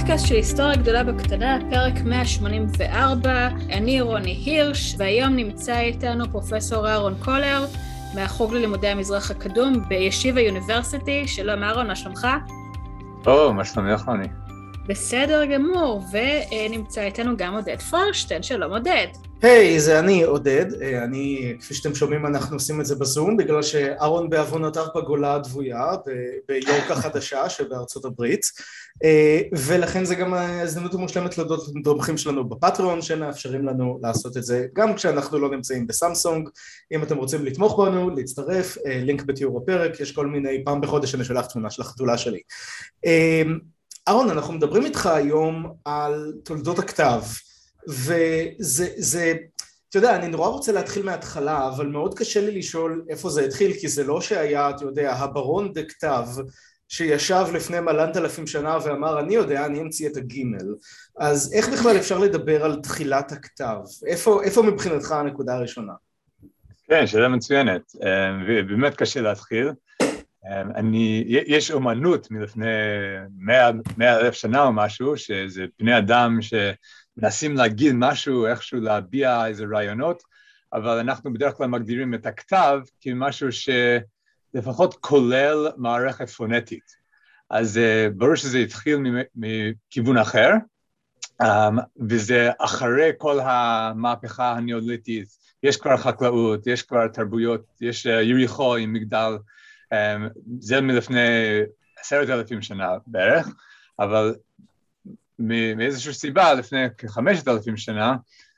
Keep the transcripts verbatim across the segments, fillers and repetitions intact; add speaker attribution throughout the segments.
Speaker 1: הפודקאסט של היסטוריה גדולה בקטנה, פרק מאה שמונים וארבע. אני רוני הירש, והיום נמצא איתנו פרופסור אהרון קולר, מהחוג ללימודי המזרח הקדום בישיבה יוניברסיטי. שלום אהרון, מה שלומך?
Speaker 2: או, מה שלומך רוני?
Speaker 1: בסדר גמור, ונמצא איתנו גם עודד פרשטיין. שלום עודד.
Speaker 3: היי, hey, זה אני עודד, אני, כפי שאתם שומעים, אנחנו עושים את זה בזום, בגלל שאהרון בעוונותיו בגולה הדבויה, ביורק החדשה שבארצות הברית, ולכן זה גם ההזדמנות המושלמת להודות לתומכים שלנו בפטריון, שמאפשרים לנו לעשות את זה, גם כשאנחנו לא נמצאים בסמסונג. אם אתם רוצים לתמוך בנו, להצטרף, לינק בתיאור הפרק, יש כל מיני, פעם בחודש אני שולח תמונה של החתולה שלי. אהרון, אנחנו מדברים איתך היום על תולדות הכתב, וזה, זה, אתה יודע, אני נורא רוצה להתחיל מההתחלה, אבל מאוד קשה לי לשאול איפה זה התחיל, כי זה לא שהיה, אתה יודע, הברון דה כתב, שישב לפני מלנת אלפים שנה ואמר, אני יודע, אני אמציא את הגימל. אז איך בכלל אפשר לדבר על תחילת הכתב? איפה, איפה מבחינתך הנקודה הראשונה?
Speaker 2: כן, שאלה מצוינת, ובאמת קשה להתחיל. אני, יש אומנות מלפני מאה אלף שנה או משהו, שזה בני אדם ש... מנסים להגיד משהו, איכשהו להביע איזה רעיונות, אבל אנחנו בדרך כלל מגדירים את הכתב כמשהו שלפחות כולל מערכת פונטית. אז uh, ברור שזה התחיל מכיוון אחר, um, וזה אחרי כל המהפכה הניאוליתית. יש כבר חקלאות, יש כבר תרבויות, יש uh, יריחו עם מגדל, um, זה מלפני עשרת אלפים שנה בערך, אבל מאיזושהי סיבה, לפני כחמשת אלפים שנה,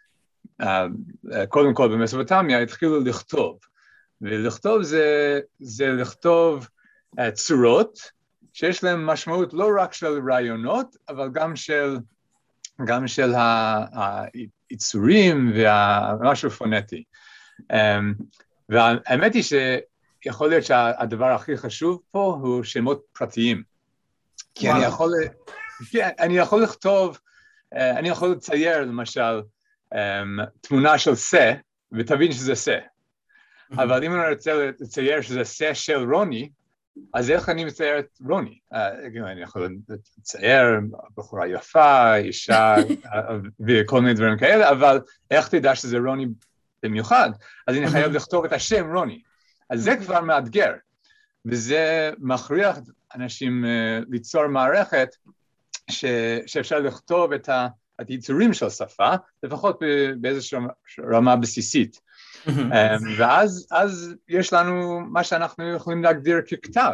Speaker 2: קודם כל במסופוטמיה התחילו לכתוב, ולכתוב זה, זה לכתוב צורות, שיש להם משמעות לא רק של רעיונות, אבל גם של, גם של היצורים ומשהו פונטי. והאמת היא שיכול להיות שהדבר הכי חשוב פה הוא שמות פרטיים, כי אני יכול... כן, אני יכול לכתוב, אני יכול לצייר למשל תמונה של סה, ותבין שזה סה. אבל אם אני רוצה לצייר שזה סה של רוני, אז איך אני מצייר את רוני? אני יכול לצייר בחורה יפה, אישה, וכל מיני דברים כאלה, אבל איך תדע שזה רוני במיוחד? אז אני חייב לכתוב את השם רוני. אז זה כבר מאתגר, וזה מכריח אנשים ליצור מערכת, ש, שאפשר לכתוב את, ה, את היצורים של שפה, לפחות באיזושהי רמה בסיסית. Mm-hmm. ואז אז יש לנו מה שאנחנו יכולים להגדיר ככתב.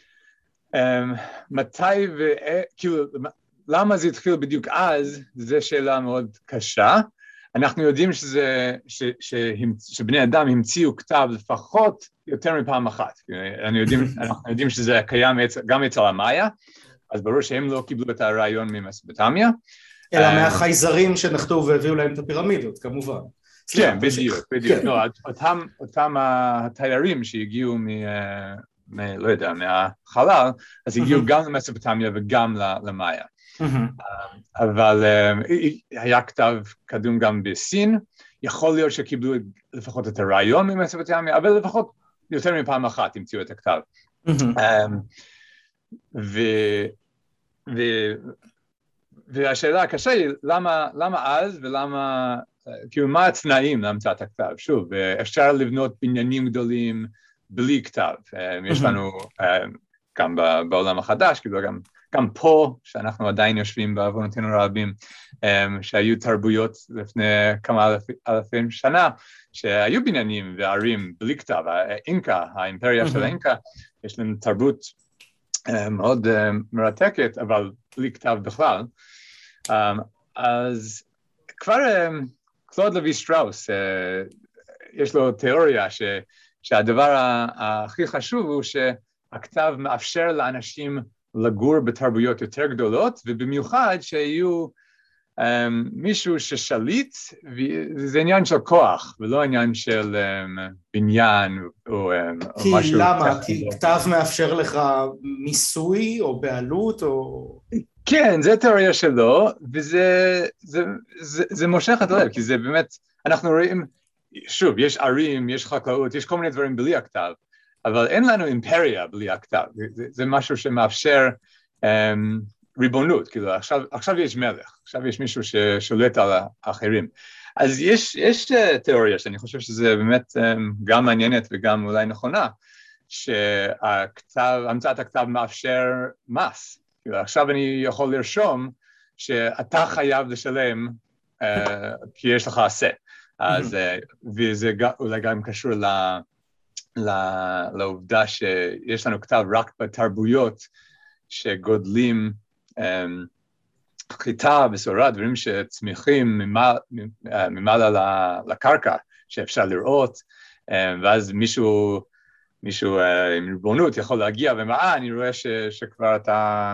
Speaker 2: מתי ו... כאילו, למה זה התחיל בדיוק אז, זו שאלה מאוד קשה. אנחנו יודעים שזה, ש, ש, שבני אדם המציאו כתב לפחות יותר מפעם אחת. אנחנו יודעים, אנחנו יודעים שזה קיים גם אצל המאיה, אז ברור שהם לא קיבלו את הרעיון ממסופוטמיה.
Speaker 3: אלא מהחייזרים שנחתו והביאו להם את הפירמידות, כמובן.
Speaker 2: כן, בדיוק, בדיוק. אותם התיירים שהגיעו מ... לא יודע, מהחלל, אז הגיעו גם למסופוטמיה וגם למאיה. אבל היה כתב קדום גם בסין, יכול להיות שקיבלו לפחות את הרעיון ממסופוטמיה, אבל לפחות יותר מפעם אחת המציאו את הכתב. ו... ו... והשאלה הקשה היא, למה, למה אז ולמה, כאילו, מה התנאים להמצאת הכתב? שוב, אפשר לבנות בניינים גדולים בלי כתב. יש לנו גם בעולם החדש, כאילו גם, גם פה, שאנחנו עדיין יושבים בעוונותינו רבים, שהיו תרבויות לפני כמה אלף, אלפים שנה, שהיו בניינים וערים בלי כתב. האינקה, האימפריה של האינקה, יש להם תרבות מאוד מרתקת, אבל בלי כתב בכלל. אז כבר קלוד לוי שטראוס, יש לו תיאוריה שהדבר הכי חשוב הוא שהכתב מאפשר לאנשים לגור בתרבויות יותר גדולות, ובמיוחד שיהיו מישהו ששליט, וזה עניין של כוח, ולא עניין של בניין או משהו.
Speaker 3: כי למה? כי כתב מאפשר לך מיסוי או בעלות או...
Speaker 2: כן, זה תיאוריה שלו, וזה זה, זה, זה מושך את הלב, כי זה באמת, אנחנו רואים, שוב, יש ערים, יש חקלאות, יש כל מיני דברים בלי הכתב, אבל אין לנו אימפריה בלי הכתב, זה, זה משהו שמאפשר um, ריבונות, כאילו עכשיו, עכשיו יש מלך, עכשיו יש מישהו ששולט על האחרים. אז יש, יש תיאוריה שאני חושב שזה באמת גם מעניינת וגם אולי נכונה, שהכתב, המצאת הכתב מאפשר מס. כאילו עכשיו אני יכול לרשום שאתה חייב לשלם כי יש לך עשה. אז, וזה אולי גם קשור ל, ל, לעובדה שיש לנו כתב רק בתרבויות שגודלים חיטה וסורה, דברים שצמיחים ממעלה לקרקע, שאפשר לראות, ואז מישהו, מישהו עם ריבונות יכול להגיע ואומר, אה, אני רואה ש, שכבר אתה,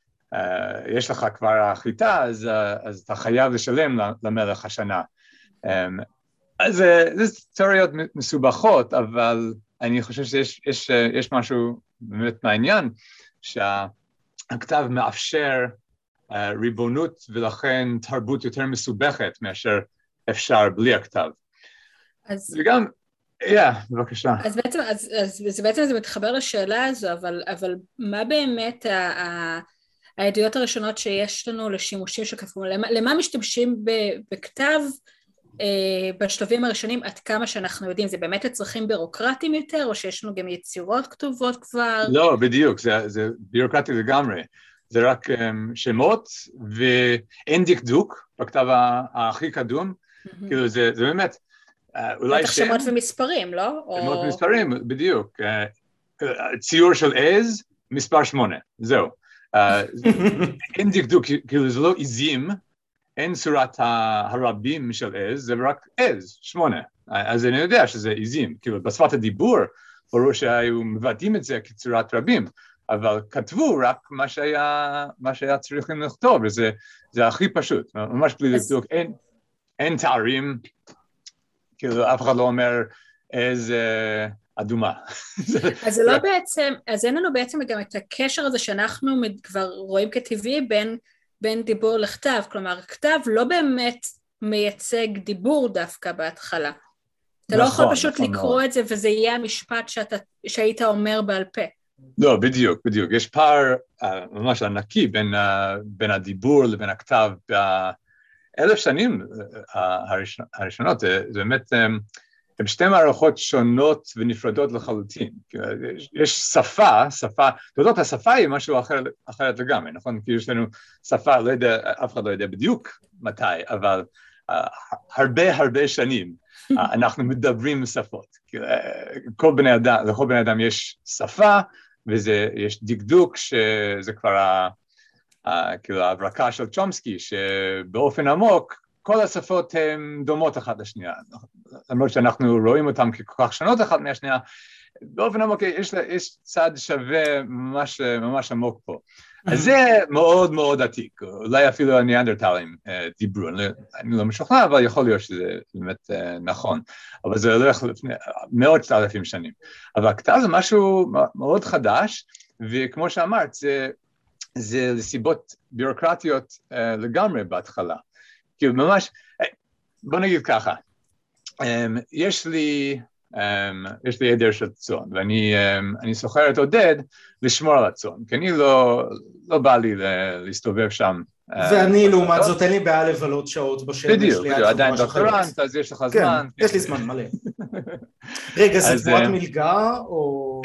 Speaker 2: יש לך כבר החיטה, אז, אז אתה חייב לשלם למלך השנה. אז זה תיאוריות מסובכות, אבל אני חושב שיש יש, יש משהו באמת מעניין, שהכתב מאפשר ריבונות ולכן תרבות יותר מסובכת מאשר אפשר בלי הכתב.
Speaker 1: אז...
Speaker 2: וגם, yeah, בבקשה.
Speaker 1: אז בעצם, אז, אז, אז בעצם זה מתחבר לשאלה הזו, אבל, אבל מה באמת ה, ה, העדויות הראשונות שיש לנו לשימושים של כתב? למה, למה משתמשים ב, בכתב אה, בשלבים הראשונים עד כמה שאנחנו יודעים? זה באמת לצרכים בירוקרטיים יותר, או שיש לנו גם יצירות כתובות כבר?
Speaker 2: לא, בדיוק, זה, זה בירוקרטי לגמרי. זה רק um, שמות, ואין דקדוק בכתב הכי קדום, mm-hmm. כאילו זה, זה באמת, uh, אולי
Speaker 1: בטח
Speaker 2: שם...
Speaker 1: שמות ומספרים, לא?
Speaker 2: שמות או... ומספרים, בדיוק. Uh, ציור של עז, מספר שמונה, זהו. Uh, אין דקדוק, כאילו זה לא עזים, אין צורת הרבים של עז, זה רק עז, שמונה. אז אני יודע שזה עזים, כאילו בשפת הדיבור, ברור שהיו מבטאים את זה כצורת רבים, אבל כתבו רק מה שהיה, מה שהיה צריכים לכתוב, וזה, זה הכי פשוט, ממש בלי לבדוק, אין, אין תארים, כאילו אף אחד לא אומר איזה אדומה.
Speaker 1: אז זה לא בעצם, אז אין לנו בעצם גם את הקשר הזה שאנחנו כבר רואים כטבעי בין, בין דיבור לכתב, כלומר, כתב לא באמת מייצג דיבור דווקא בהתחלה. אתה לא יכול פשוט לקרוא את זה, וזה יהיה המשפט שאתה, שהיית אומר בעל פה.
Speaker 2: לא, בדיוק, בדיוק. יש פער uh, ממש ענקי בין, uh, בין הדיבור לבין הכתב. באלף שנים uh, הראשון, הראשונות, זה, זה באמת, um, הם שתי מערכות שונות ונפרדות לחלוטין. יש, יש שפה, שפה, תודות השפה היא משהו אחר, אחרת לגמרי, נכון? כי יש לנו שפה, לא יודע, אף אחד לא יודע בדיוק מתי, אבל uh, הרבה הרבה שנים uh, אנחנו מדברים שפות. כל בני אדם, לכל בני אדם יש שפה, וזה, יש דקדוק שזה כבר ה, ה, כאילו ההברקה של צ'ומסקי, שבאופן עמוק, כל השפות הן דומות אחת לשנייה. למרות שאנחנו רואים אותן ככל כך שונות אחת מהשנייה, באופן עמוק יש, יש צד שווה ממש, ממש עמוק פה. אז זה מאוד מאוד עתיק, אולי אפילו הניאנדרטלים דיברו, אני לא משוכנע, אבל יכול להיות שזה באמת נכון, אבל זה הולך לפני מאות אלפים שנים. אבל הכתב זה משהו מאוד חדש, וכמו שאמרת, זה, זה לסיבות ביורוקרטיות לגמרי בהתחלה. כי ממש, בוא נגיד ככה, יש לי... Um, יש לי עדר של צאן, ואני um, אני סוחר את עודד לשמור על הצאן, כי אני לא, לא בא לי להסתובב שם.
Speaker 3: ואני לעומת זאת, אין לי בעיה לבלות שעות בשמש.
Speaker 2: בדיוק, בדיוק, עדיין דוקטורנט, אז יש לך זמן.
Speaker 3: כן, יש לי זמן מלא. רגע, זה תמורת מלגה, או...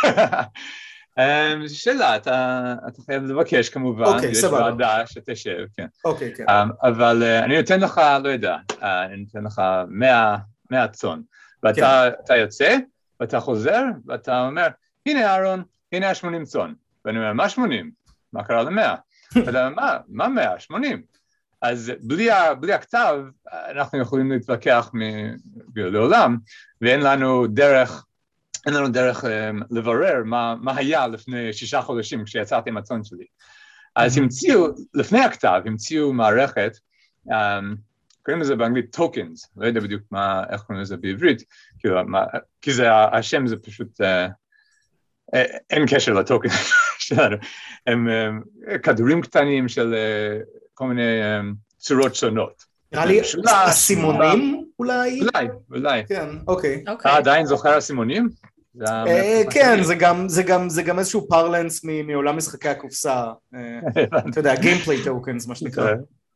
Speaker 2: שאלה, אתה חייב לבקש כמובן, יש ועדה שתשב, כן.
Speaker 3: אוקיי, כן.
Speaker 2: אבל אני נותן לך, לא יודע, אני נותן לך מאה צאן. ואתה כן. יוצא, ואתה חוזר, ואתה אומר, הנה אהרון, הנה ה-שמונים צאן. ואני אומר, מה שמונים? מה קרה ל-מאה? ואתה אומר, מה? מה מאה? שמונים. אז בלי, בלי הכתב, אנחנו יכולים להתווכח לעולם, ואין לנו דרך, אין לנו דרך לברר מה, מה היה לפני שישה חודשים כשיצאתי עם הצאן שלי. אז המציאו, לפני הכתב, המציאו מערכת, קוראים לזה באנגלית tokens, לא יודע בדיוק מה, איך קוראים לזה בעברית, כאילו, מה, כי זה, השם זה פשוט, אה, אין קשר לטוקן שלנו, הם אה, כדורים קטנים של אה, כל מיני אה, צורות שונות.
Speaker 3: נראה לי, הסימונים אולי?
Speaker 2: אולי, אולי.
Speaker 3: כן, אוקיי.
Speaker 2: אתה עדיין זוכר הסימונים?
Speaker 3: כן, זה גם איזשהו פרלנס מעולם משחקי הקופסה, אתה יודע, גיימפליי טוקנס, מה שנקרא.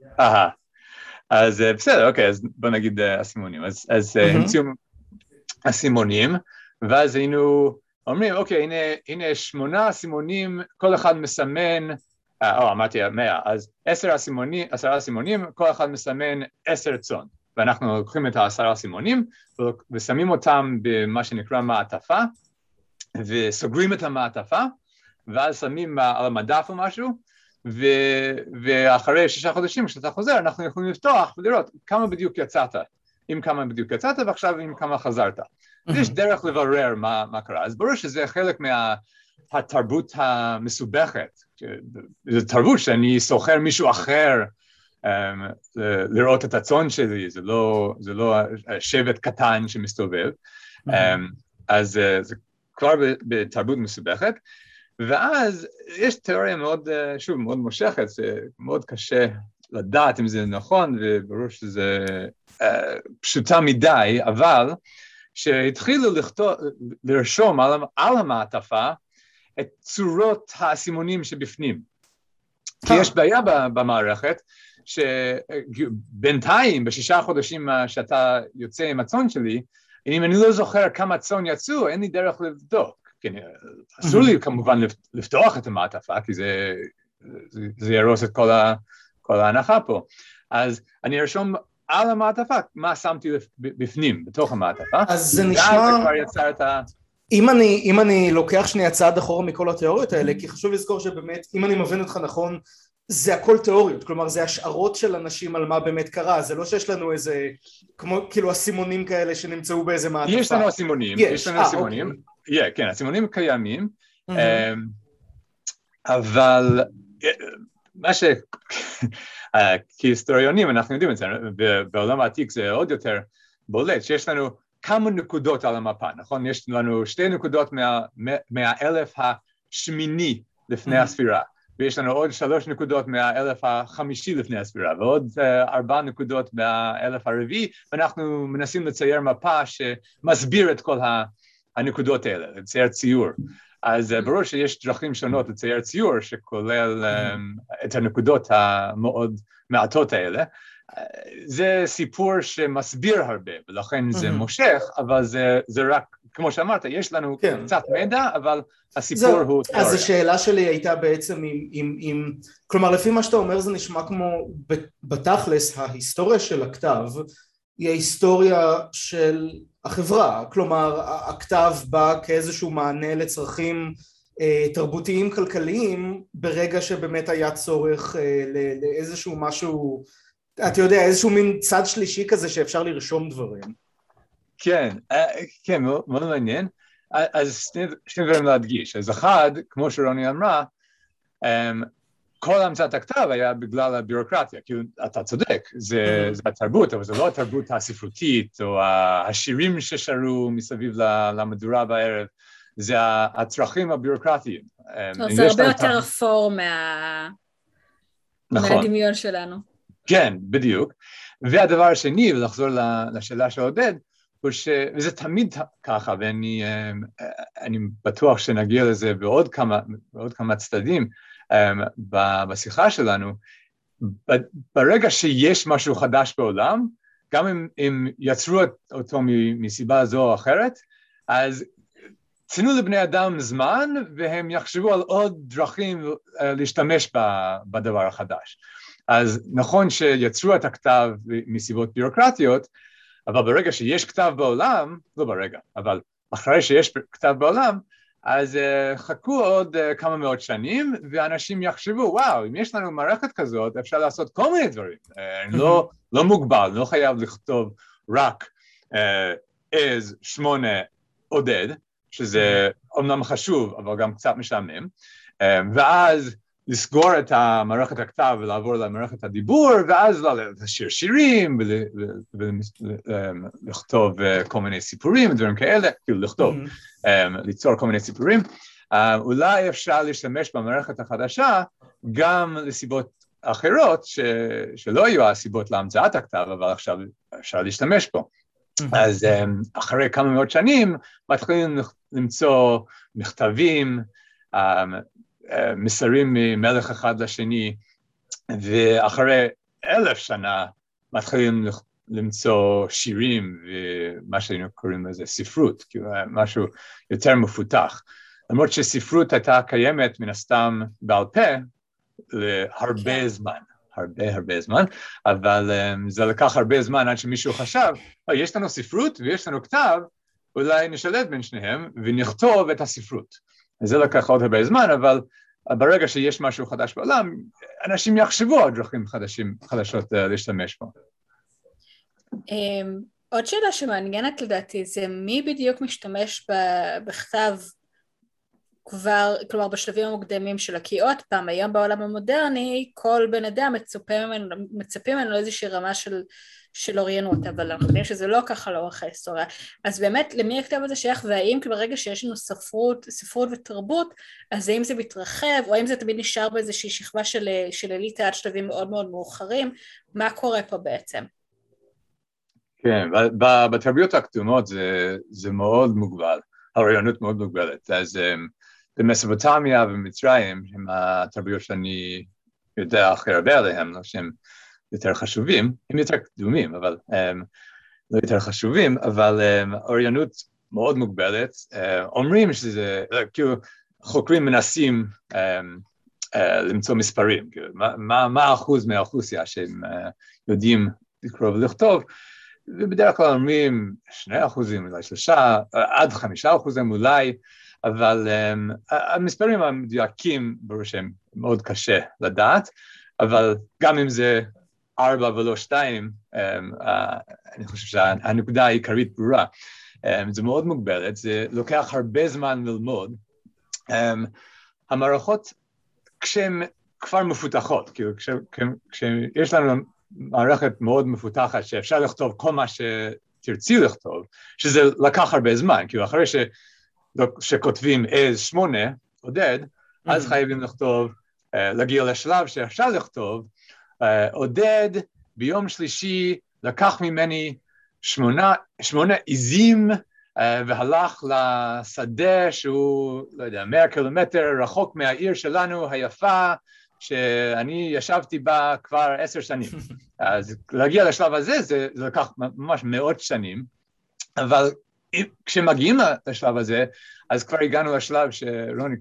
Speaker 2: אז בסדר, אוקיי, אז בוא נגיד הסימונים. אז המציאו הסימונים, ואז היינו אומרים, אוקיי, הנה שמונה סימונים, כל אחד מסמן, או, אמרתי מאה, אז עשר הסימונים, עשרה סימונים, כל אחד מסמן עשר צאן. ואנחנו לוקחים את העשרה סימונים, ושמים אותם במה שנקרא מעטפה, וסוגרים את המעטפה, ואז שמים על המדף או משהו, ואחרי שישה חודשים, כשאתה חוזר, אנחנו יכולים לפתוח ולראות כמה בדיוק יצאת, עם כמה בדיוק יצאת, ועכשיו עם כמה חזרת. יש דרך לברר מה קרה. אז ברור שזה חלק מהתרבות המסובכת, זו תרבות שאני סוחר מישהו אחר, Um, לראות את הצאן שלי, זה לא, זה לא שבט קטן שמסתובב, um, אז uh, זה כבר בתרבות מסובכת, ואז יש תיאוריה מאוד, uh, שוב, מאוד מושכת, זה מאוד קשה לדעת אם זה נכון, וברור שזה uh, פשוטה מדי, אבל שהתחילו לכתוב, לרשום על, על המעטפה את צורות הסימונים שבפנים, כי יש בעיה במערכת, שבינתיים, בשישה חודשים שאתה יוצא עם הצאן שלי, אם אני לא זוכר כמה צאן יצאו, אין לי דרך לבדוק. כן, אסור לי כמובן לפתוח את המעטפה, כי זה, זה, זה ירוס את כל, ה, כל ההנחה פה. אז אני ארשום על המעטפה מה שמתי בפנים, בתוך המעטפה.
Speaker 3: אז זה נשמע...
Speaker 2: את ה...
Speaker 3: אם אני, אם אני לוקח שנייה צעד אחורה מכל התיאוריות האלה, כי חשוב לזכור שבאמת, אם אני מבין אותך נכון, זה הכל תיאוריות, כלומר זה השערות של אנשים על מה באמת קרה, זה לא שיש לנו איזה, כמו כאילו הסימונים כאלה שנמצאו באיזה מעטפה.
Speaker 2: יש לנו הסימונים, יש, יש לנו הסימונים, אוקיי. yeah, כן, הסימונים קיימים, mm-hmm. אבל מה ש... כהיסטוריונים אנחנו יודעים את זה, בעולם העתיק זה עוד יותר בולט, שיש לנו כמה נקודות על המפה, נכון? יש לנו שתי נקודות מה, מהאלף השמיני לפני mm-hmm. הספירה, ויש לנו עוד שלוש נקודות מהאלף החמישי לפני הספירה, ועוד uh, ארבע נקודות מהאלף הרביעי, ואנחנו מנסים לצייר מפה שמסביר את כל הנקודות האלה, לצייר ציור. אז uh, ברור שיש דרכים שונות לצייר ציור, שכולל um, את הנקודות המאוד מעטות האלה. Uh, זה סיפור שמסביר הרבה, ולכן זה מושך, אבל זה, זה רק, כמו שאמרת, יש לנו כן. קצת מידע, אבל הסיפור זה, הוא תיאוריה.
Speaker 3: אז השאלה שלי הייתה בעצם עם, עם, עם, כלומר לפי מה שאתה אומר זה נשמע כמו בתכלס ההיסטוריה של הכתב היא ההיסטוריה של החברה, כלומר הכתב בא כאיזשהו מענה לצרכים אה, תרבותיים כלכליים ברגע שבאמת היה צורך אה, לאיזשהו משהו, אתה יודע, איזשהו מין צד שלישי כזה שאפשר לרשום דברים.
Speaker 2: כן, כן, מאוד, מאוד מעניין. אז שני דברים להדגיש. אז אחד, כמו שרוני אמרה, כל המצאת הכתב היה בגלל הבירוקרטיה, כאילו אתה צודק, זה, זה התרבות, אבל זה לא התרבות הספרותית, או השירים ששרו מסביב למדורה בערב, זה הצרכים הבירוקרטיים.
Speaker 1: זה הרבה יותר אפור מה... נכון. מהדמיון שלנו.
Speaker 2: כן, בדיוק. והדבר השני, ולחזור לשאלה של עודד, ש... וזה תמיד ככה, ואני אני בטוח שנגיע לזה בעוד כמה, בעוד כמה צדדים בשיחה שלנו, ברגע שיש משהו חדש בעולם, גם אם, אם יצרו אותו מסיבה זו או אחרת, אז צינו לבני אדם זמן, והם יחשבו על עוד דרכים להשתמש בדבר החדש. אז נכון שיצרו את הכתב מסיבות בירוקרטיות, אבל ברגע שיש כתב בעולם, לא ברגע, אבל אחרי שיש כתב בעולם, אז uh, חכו עוד uh, כמה מאות שנים, ואנשים יחשבו, וואו, אם יש לנו מערכת כזאת, אפשר לעשות כל מיני דברים. Uh, לא, לא מוגבל, לא חייב לכתוב רק אז שמונה עודד, שזה אומנם חשוב, אבל גם קצת משעמם, uh, ואז לסגור את המערכת הכתב ולעבור למערכת הדיבור, ואז לשיר שירים ולכתוב כל מיני סיפורים, דברים כאלה, כאילו לכתוב, ליצור כל מיני סיפורים. אולי אפשר להשתמש במערכת החדשה גם לסיבות אחרות, שלא היו הסיבות להמצאת הכתב, אבל עכשיו אפשר להשתמש בו. אז אחרי כמה מאות שנים מתחילים למצוא מכתבים, מסרים ממלך אחד לשני, ואחרי אלף שנה מתחילים למצוא שירים ומה שהיינו קוראים לזה ספרות, כאילו משהו יותר מפותח. למרות שספרות הייתה קיימת מן הסתם בעל פה להרבה זמן, הרבה הרבה זמן, אבל um, זה לקח הרבה זמן עד שמישהו חשב, oh, יש לנו ספרות ויש לנו כתב, אולי נשלב בין שניהם ונכתוב את הספרות. זה לקח עוד הרבה זמן, אבל ברגע שיש משהו חדש בעולם, אנשים יחשבו על דרכים חדשים, חדשות uh, להשתמש בו.
Speaker 1: Um, עוד שאלה שמעניינת לדעתי, זה מי בדיוק משתמש בכתב כבר, כלומר בשלבים המוקדמים של הקיאות, פעם היום בעולם המודרני, כל בן אדם מצפה ממנו, מצפים ממנו לאיזושהי רמה של, של אוריינות, אבל אנחנו יודעים שזה לא ככה לאורך ההיסטוריה. אז באמת, למי הכתב הזה שייך, והאם ברגע שיש לנו ספרות, ספרות ותרבות, אז האם זה מתרחב, או האם זה תמיד נשאר באיזושהי שכבה של, של אליטה עד שלבים מאוד מאוד מאוחרים, מה קורה פה בעצם?
Speaker 2: כן, בתרבויות הקדומות זה, זה מאוד מוגבל, האוריינות מאוד מוגבלת, אז במסופוטמיה ומצרים, הם התרבויות שאני יודע הכי הרבה עליהם, לא שהם יותר חשובים, הם יותר קדומים, אבל הם לא יותר חשובים, אבל אוריינות מאוד מוגבלת, אומרים שזה, כאילו חוקרים מנסים למצוא מספרים, מה, מה האחוז מהאוכלוסייה שהם יודעים לקרוא ולכתוב, ובדרך כלל אומרים שני אחוזים, אולי שלושה, עד חמישה אחוזים אולי, אבל um, המספרים המדויקים ברור שהם מאוד קשה לדעת, אבל גם אם זה ארבע ולא שתיים, um, uh, אני חושב שהנקודה העיקרית ברורה, um, זה מאוד מוגבלת, זה לוקח הרבה זמן ללמוד, um, המערכות כשהן כבר מפותחות, כאילו כש, כשיש לנו מערכת מאוד מפותחת שאפשר לכתוב כל מה שתרצי לכתוב, שזה לקח הרבה זמן, כאילו אחרי ש... שכותבים אז שמונה, עודד, אז חייבים לכתוב, להגיע לשלב שאפשר לכתוב, עודד ביום שלישי לקח ממני שמונה, שמונה עזים, והלך לשדה שהוא, לא יודע, מאה קילומטר רחוק מהעיר שלנו היפה, שאני ישבתי בה כבר עשר שנים. אז להגיע לשלב הזה, זה, זה לקח ממש מאות שנים, אבל כשמגיעים לשלב הזה, אז כבר הגענו לשלב שרוני,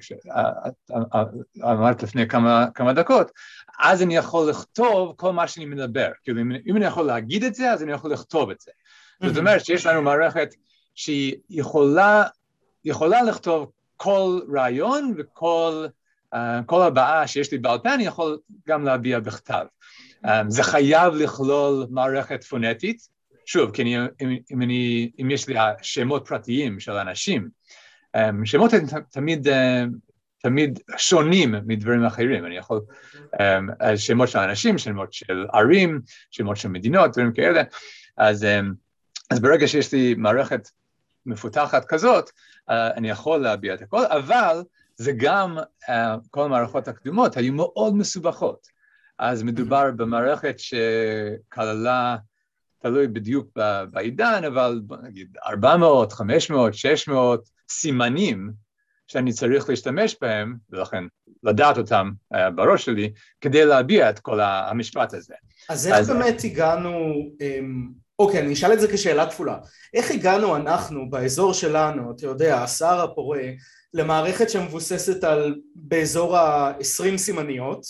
Speaker 2: אמרת לפני כמה, כמה דקות, אז אני יכול לכתוב כל מה שאני מדבר. כאילו, אם אני יכול להגיד את זה, אז אני יכול לכתוב את זה. זאת אומרת שיש לנו מערכת שהיא יכולה, יכולה לכתוב כל רעיון וכל uh, כל הבעה שיש לי בעל פה, אני יכול גם להביע בכתב. Um, זה חייב לכלול מערכת פונטית, שוב, כי אני, אם, אם, אני, אם יש לי שמות פרטיים של אנשים, um, שמות הם תמיד, uh, תמיד שונים מדברים אחרים. אני יכול, um, שמות של אנשים, שמות של ערים, שמות של מדינות, דברים כאלה. אז, um, אז ברגע שיש לי מערכת מפותחת כזאת, uh, אני יכול להביע את הכל, אבל זה גם, uh, כל המערכות הקדומות היו מאוד מסובכות. אז מדובר במערכת שכללה, תלוי בדיוק בעידן, אבל בוא נגיד ארבע מאות, חמש מאות, שש מאות סימנים שאני צריך להשתמש בהם, ולכן לדעת אותם uh, בראש שלי, כדי להביע את כל המשפט הזה.
Speaker 3: אז איך אז... באמת הגענו, um, אוקיי, אני אשאל את זה כשאלה כפולה, איך הגענו אנחנו באזור שלנו, אתה יודע, השר הפורה, למערכת שמבוססת על באזור ה-עשרים סימניות,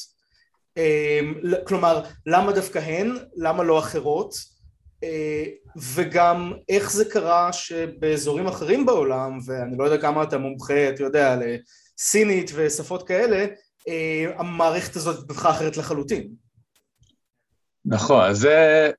Speaker 3: um, כלומר, למה דווקא הן, למה לא אחרות, וגם איך זה קרה שבאזורים אחרים בעולם, ואני לא יודע כמה אתה מומחה, אתה יודע, לסינית ושפות כאלה, המערכת הזאת התפתחה אחרת לחלוטין.
Speaker 2: נכון, אז זה,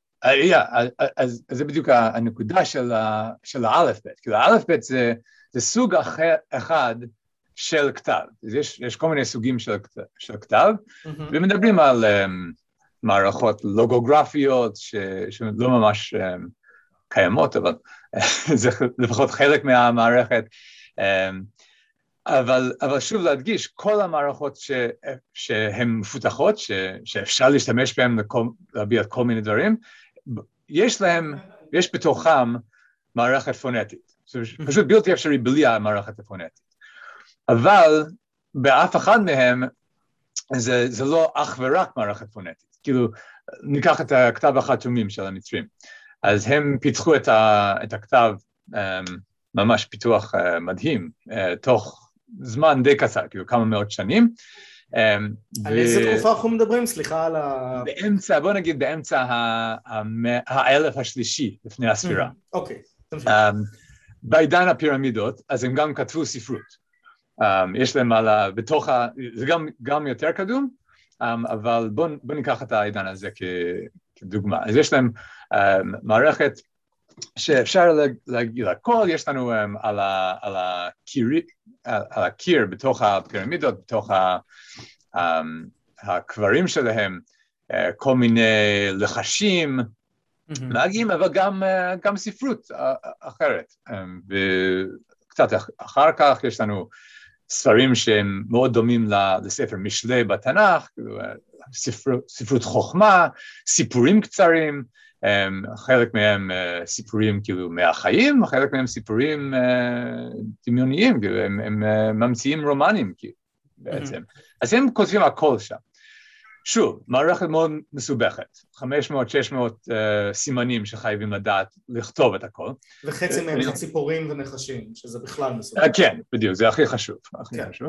Speaker 2: אז זה בדיוק הנקודה של האלף בית, כאילו האלף בית זה סוג אחד של כתב, יש כל מיני סוגים של כתב, ומדברים על מערכות לוגוגרפיות ש, שלא ממש um, קיימות, אבל זה לפחות חלק מהמערכת. Um, אבל, אבל שוב להדגיש, כל המערכות ש, שהן מפותחות, ש, שאפשר להשתמש בהן לכל, להביע כל מיני דברים, יש להם, יש בתוכם מערכת פונטית. זה פשוט בלתי אפשרי בלי המערכת הפונטית. אבל באף אחד מהם זה, זה לא אך ורק מערכת פונטית. כאילו, ניקח את הכתב החתומים של המצרים. אז הם פיתחו את, ה, את הכתב ממש פיתוח מדהים, תוך זמן די קצר, כאילו כמה מאות שנים.
Speaker 3: על איזה תקופה אנחנו מדברים? סליחה על ה...
Speaker 2: באמצע, בוא נגיד באמצע האלף השלישי לפני הספירה.
Speaker 3: אוקיי.
Speaker 2: בעידן הפירמידות, אז הם גם כתבו ספרות. יש להם על ה... בתוך ה... זה גם, גם יותר קדום, אבל בוא, בוא ניקח את העידן הזה כ, כדוגמה. אז יש להם מערכת שאפשר להגיד הכל, יש לנו על, ה, על, הקיר, על הקיר בתוך הפירמידות, בתוך ה, הקברים שלהם, כל מיני לחשים, נהגים, אבל גם, גם ספרות אחרת. וקצת אחר כך יש לנו ספרים שהם מאוד דומים לספר משלי בתנ"ך, ספרות, ספרות חוכמה, סיפורים קצרים, חלק מהם סיפורים כאילו מהחיים, חלק מהם סיפורים דמיוניים, כאילו הם, הם ממציאים רומנים בעצם. אז הם כותבים הכל שם. שוב, מערכת מאוד מסובכת, חמש מאות שש מאות סימנים שחייבים לדעת לכתוב את הכל.
Speaker 3: וחצי מהם זה ציפורים ונחשים, שזה בכלל מסובך.
Speaker 2: כן, בדיוק, זה הכי חשוב, הכי חשוב.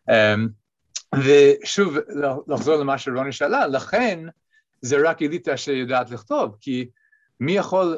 Speaker 2: ושוב, לחזור למה שרוני שאלה, לכן זה רק אליטה שיודעת לכתוב, כי מי יכול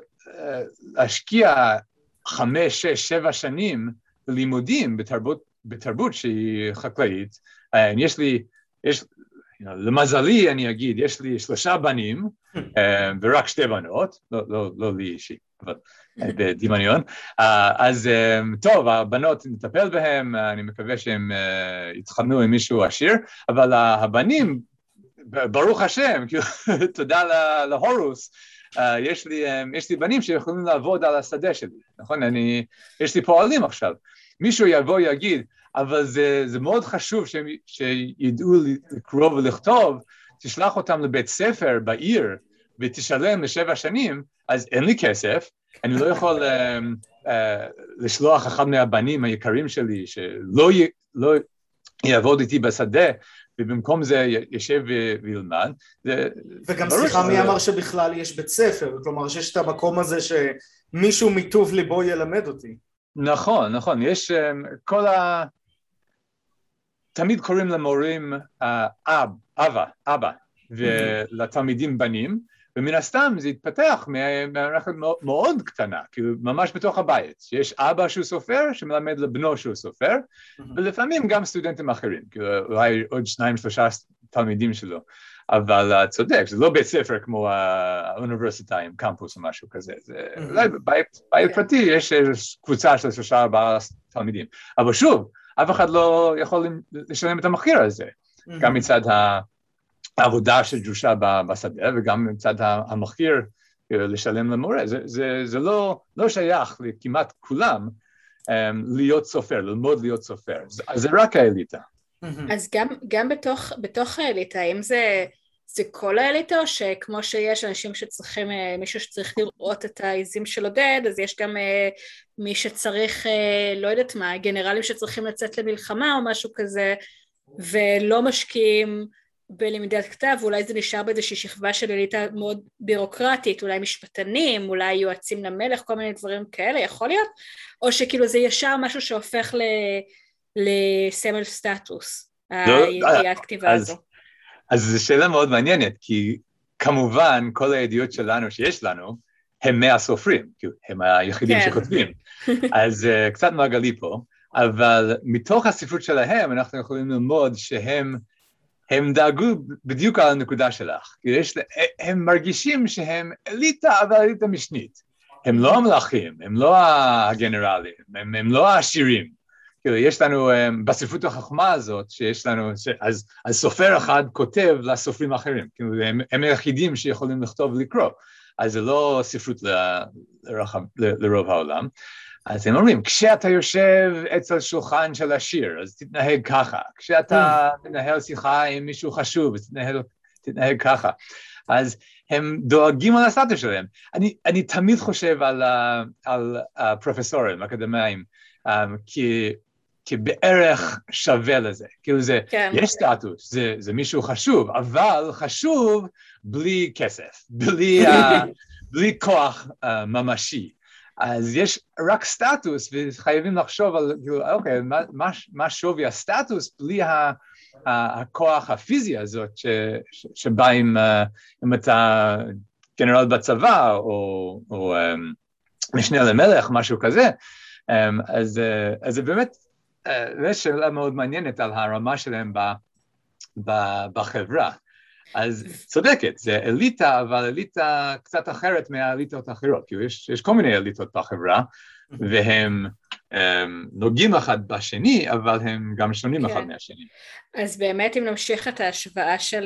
Speaker 2: להשקיע חמש, שש, שבע שנים לימודים בתרבות, בתרבות שהיא חקלאית. יש לי, יש, למזלי אני אגיד, יש לי שלושה בנים ורק שתי בנות, לא, לא, לא לי אישי, אבל בדמיון. אז טוב, הבנות נטפל בהם, אני מקווה שהם יתחתנו עם מישהו עשיר, אבל הבנים, ברוך השם, תודה להורוס, יש לי, יש לי בנים שיכולים לעבוד על השדה שלי, נכון? אני, יש לי פועלים עכשיו. מישהו יבוא יגיד, אבל זה, זה מאוד חשוב שהם, שידעו לקרוא ולכתוב, תשלח אותם לבית ספר בעיר, ותשלם לשבע שנים, אז אין לי כסף, אני לא יכול uh, uh, לשלוח אחד מהבנים היקרים שלי, שלא י, לא יעבוד איתי בשדה, ובמקום זה ישב וילמד.
Speaker 3: וגם סליחה, מי אמר שבכלל יש בית ספר? כלומר, שיש את המקום הזה שמישהו מטוב ליבו ילמד אותי.
Speaker 2: נכון, נכון. יש כל ה... תמיד קוראים למורים אב, אבא, אבא, ולתלמידים בנים, ומן הסתם זה התפתח מערכת מאוד קטנה, כאילו ממש בתוך הבית, שיש אבא שהוא סופר, שמלמד לבנו שהוא סופר, ולפעמים גם סטודנטים אחרים, כאילו אולי עוד שניים, שלושה תלמידים שלו, אבל צודק, זה לא בית ספר כמו האוניברסיטה עם קמפוס או משהו כזה, זה אולי בבית פרטי יש קבוצה של שלושה ארבעה תלמידים, אבל שוב, אף אחד לא יכול לשלם את המחיר הזה, גם מצד ה... העבודה של דרושה בשדה, וגם מצד המחיר לשלם למורה. זה, זה, זה לא, לא שייך לכמעט כולם להיות סופר, ללמוד להיות סופר. זה, זה רק האליטה.
Speaker 1: אז גם, גם בתוך, בתוך האליטה, האם זה, זה כל האליטה, או שכמו שיש אנשים שצריכים, מישהו שצריך לראות את העיזים של עודד, אז יש גם מי שצריך, לא יודעת מה, גנרלים שצריכים לצאת למלחמה או משהו כזה, ולא משקיעים בלמידת כתב, ואולי זה נשאר באיזושהי שכבה של אליטה מאוד בירוקרטית, אולי משפטנים, אולי יועצים למלך, כל מיני דברים כאלה, יכול להיות? או שכאילו זה ישר משהו שהופך לסמל סטטוס, הידיעת כתיבה הזו.
Speaker 2: אז זו שאלה מאוד מעניינת, כי כמובן כל הידיעות שלנו שיש לנו, הם מהסופרים, הם היחידים שכותבים. אז קצת מעגלי פה, אבל מתוך הספרות שלהם אנחנו יכולים ללמוד שהם הם דאגו בדיוק על הנקודה שלך, יש, הם מרגישים שהם אליטה, אבל אליטה משנית. הם לא המלכים, הם לא הגנרלים, הם, הם לא העשירים. כאילו, יש לנו, בספרות החוכמה הזאת, שיש לנו, אז, אז סופר אחד כותב לסופרים אחרים, כאילו, הם, הם היחידים שיכולים לכתוב ולקרוא, אז זה לא ספרות ל, לרחב, ל, לרוב העולם. אז הם אומרים, כשאתה יושב אצל שולחן של עשיר, אז תתנהג ככה. כשאתה מנהל שיחה עם מישהו חשוב, אז תתנהג, תתנהג ככה. אז הם דואגים על הסטטוס שלהם. אני, אני תמיד חושב על, על הפרופסורים, אקדמיים, כי, כבערך שווה לזה. כאילו זה,
Speaker 1: כן.
Speaker 2: יש סטטוס, זה, זה מישהו חשוב, אבל חשוב בלי כסף, בלי, בלי כוח ממשי. אז יש רק סטטוס, וחייבים לחשוב על, אוקיי, מה, מה, מה שווי הסטטוס בלי ה, הכוח הפיזי הזאת, ש, ש, שבא עם, עם אתה גנרל בצבא, או, או משנה למלך, משהו כזה. אז, אז זה באמת, זו שאלה מאוד מעניינת על הרמה שלהם ב, ב, בחברה. אז צודקת, זה אליטה, אבל אליטה קצת אחרת מהאליטות האחרות, כי יש, יש כל מיני אליטות בחברה, והם הם, נוגעים אחד בשני, אבל הם גם שונים
Speaker 1: כן.
Speaker 2: אחד מהשני.
Speaker 1: אז באמת אם נמשיך את ההשוואה של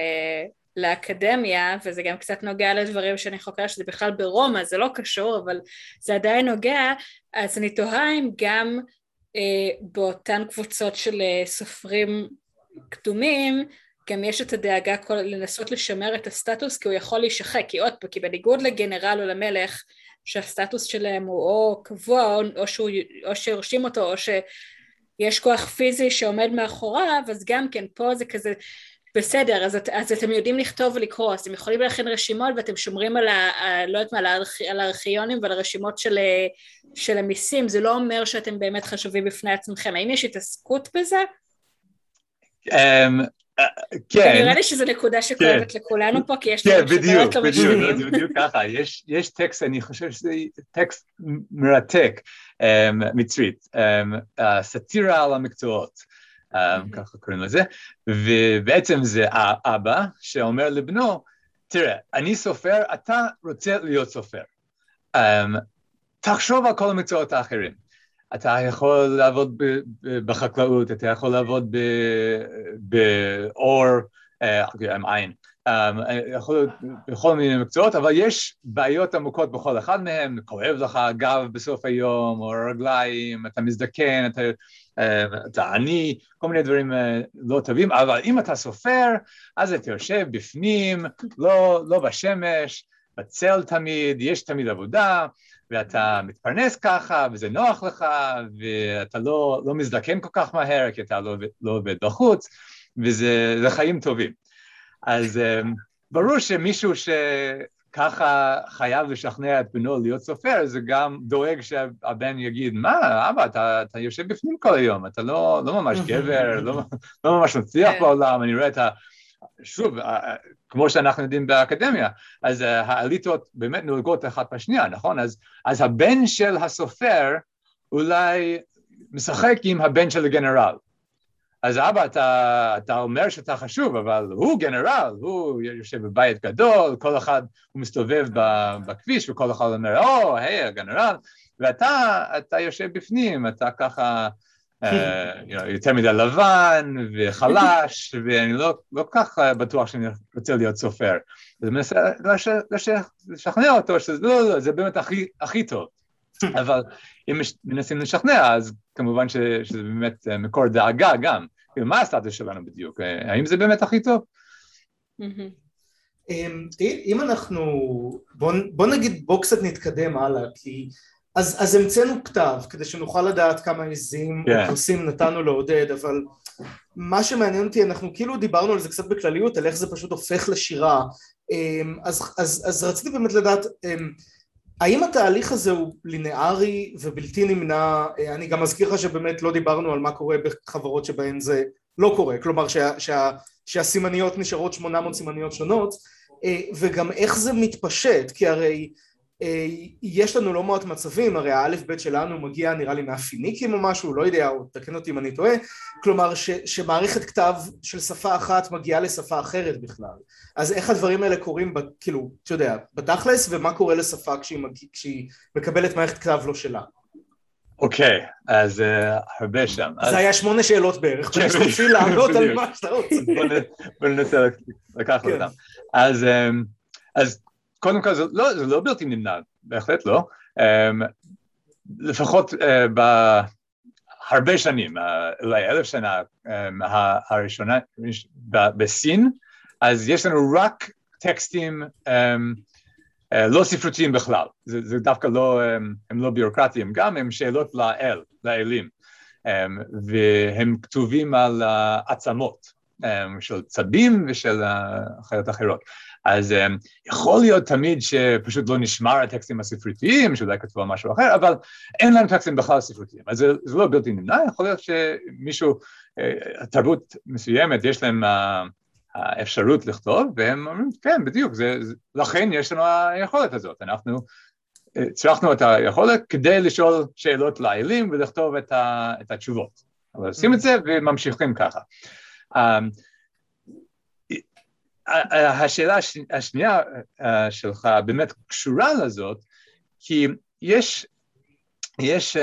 Speaker 1: לאקדמיה, וזה גם קצת נוגע לדברים שאני חוקרת, שזה בכלל ברומא, זה לא קשור, אבל זה עדיין נוגע, אז אני תוהה אם גם אה, באותן קבוצות של אה, סופרים קדומים, גם יש את הדאגה כל, לנסות לשמר את הסטטוס, כי הוא יכול להישחק, כי עוד פעם, כי בניגוד לגנרל או למלך, שהסטטוס שלהם הוא או קבוע, או, או, שהוא, או שיורשים אותו, או שיש כוח פיזי שעומד מאחוריו, אז גם כן פה זה כזה, בסדר, אז, את, אז אתם יודעים לכתוב ולקרוא, אז אתם יכולים להכין רשימות, ואתם שומרים על, ה, לא יודעת מה, על, הארכ, על הארכיונים ועל הרשימות של, של המיסים, זה לא אומר שאתם באמת חשובים בפני עצמכם, האם יש התעסקות בזה?
Speaker 2: Um... כן.
Speaker 1: נראה לי שזו נקודה שכואבת לכולנו פה, כי יש
Speaker 2: כן,
Speaker 1: דברים שבאמת לא משנים.
Speaker 2: זה בדיוק ככה, יש טקסט, אני חושב שזה טקסט מרתק, מצרית, סאטירה על המקצועות, ככה קוראים לזה, ובעצם זה האבא שאומר לבנו, תראה, אני סופר, אתה רוצה להיות סופר, תחשוב על כל המקצועות האחרים. אתה יכול לעבוד בחקלאות, אתה יכול לעבוד באור, עם עין, יכול בכל מיני מקצועות, אבל יש בעיות עמוקות בכל אחד מהם, כואב לך גב בסוף היום, או רגליים, אתה מזדקן, אתה, אתה עני, כל מיני דברים לא טובים, אבל אם אתה סופר, אז אתה יושב בפנים, לא, לא בשמש, בצל תמיד, יש תמיד עבודה, ואתה מתפרנס ככה, וזה נוח לך, ואתה לא, לא מזדקן כל כך מהר, כי אתה לא, לא עובד בחוץ, וזה זה חיים טובים. אז ברור שמישהו שככה חייב לשכנע את בנו להיות סופר, זה גם דואג שהבן יגיד, מה, אבא, אתה, אתה יושב בפנים כל היום, אתה לא, לא ממש גבר, לא, לא ממש מצליח בעולם, אני רואה את ה... שוב, כמו שאנחנו יודעים באקדמיה, אז האליטות באמת נולגות אחת בשנייה, נכון? אז, אז הבן של הסופר אולי משחק עם הבן של הגנרל. אז אבא, אתה, אתה אומר שאתה חשוב, אבל הוא גנרל, הוא יושב בבית גדול, כל אחד הוא מסתובב בכביש, וכל אחד אומר, או, היי, הגנרל, ואתה אתה יושב בפנים, אתה ככה... יותר מדי לבן וחלש, ואני לא כך בטוח שאני רוצה להיות סופר. אז אני מנסה לשכנע אותו שזה באמת הכי טוב. אבל אם מנסים לשכנע, אז כמובן שזה באמת מקור דאגה גם. מה הסטטוס שלנו בדיוק? האם זה באמת הכי טוב?
Speaker 3: אם אנחנו, בוא נגיד, בוא קצת נתקדם הלאה, כי... אז, אז המצאנו כתב, כדי שנוכל לדעת כמה עזים או פרסים נתנו לעודד, אבל מה שמעניין אותי, אנחנו כאילו דיברנו על זה קצת בכלליות, על איך זה פשוט הופך לשירה, אז, אז, אז רציתי באמת לדעת, האם התהליך הזה הוא לינארי ובלתי נמנע, אני גם מזכיר לך שבאמת לא דיברנו על מה קורה בחברות שבהן זה לא קורה, כלומר שה, שה, שהסימניות נשארות שמונה מאות סימניות שונות, וגם איך זה מתפשט, כי הרי יש לנו לא מעט מצבים, הרי האלף בית שלנו מגיע נראה לי מהפיניקים או משהו, לא יודע, או תקן אותי אם אני טועה, כלומר ש, שמערכת כתב של שפה אחת מגיעה לשפה אחרת בכלל, אז איך הדברים האלה קורים, כאילו, אתה יודע, בתכלס, ומה קורה לשפה כשהיא, מגיע, כשהיא מקבלת מערכת כתב לא שלה?
Speaker 2: אוקיי, אז uh, הרבה שם.
Speaker 3: זה אז... היה שמונה שאלות בערך, יש חופשי לענות על מה שאתה רוצה.
Speaker 2: בוא ננסה לקחת אותם. אז, אז קודם כל, זה לא, זה לא בלתי נמנע, בהחלט לא. לפחות בהרבה שנים, אולי אלף שנה הראשונה בסין, אז יש לנו רק טקסטים לא ספרותיים בכלל, זה דווקא לא, הם לא ביורוקרטיים, גם הם שאלות לאל, לאלים, והם כתובים על עצמות של צבים ושל חיות אחרות. אז יכול להיות תמיד שפשוט לא נשמר הטקסטים הספרותיים, שאולי כתבו משהו אחר, אבל אין לנו טקסטים בכלל ספרותיים, אז זה, זה לא בלתי נמנע, יכול להיות שמישהו, תרבות מסוימת, יש להם האפשרות לכתוב, והם אומרים, כן, בדיוק, זה, לכן יש לנו היכולת הזאת, אנחנו צריכנו את היכולת כדי לשאול שאלות לאלים ולכתוב את, ה, את התשובות, אבל עושים את זה וממשיכים ככה. השאלה השנייה שלך באמת קשורה לזאת, כי יש, יש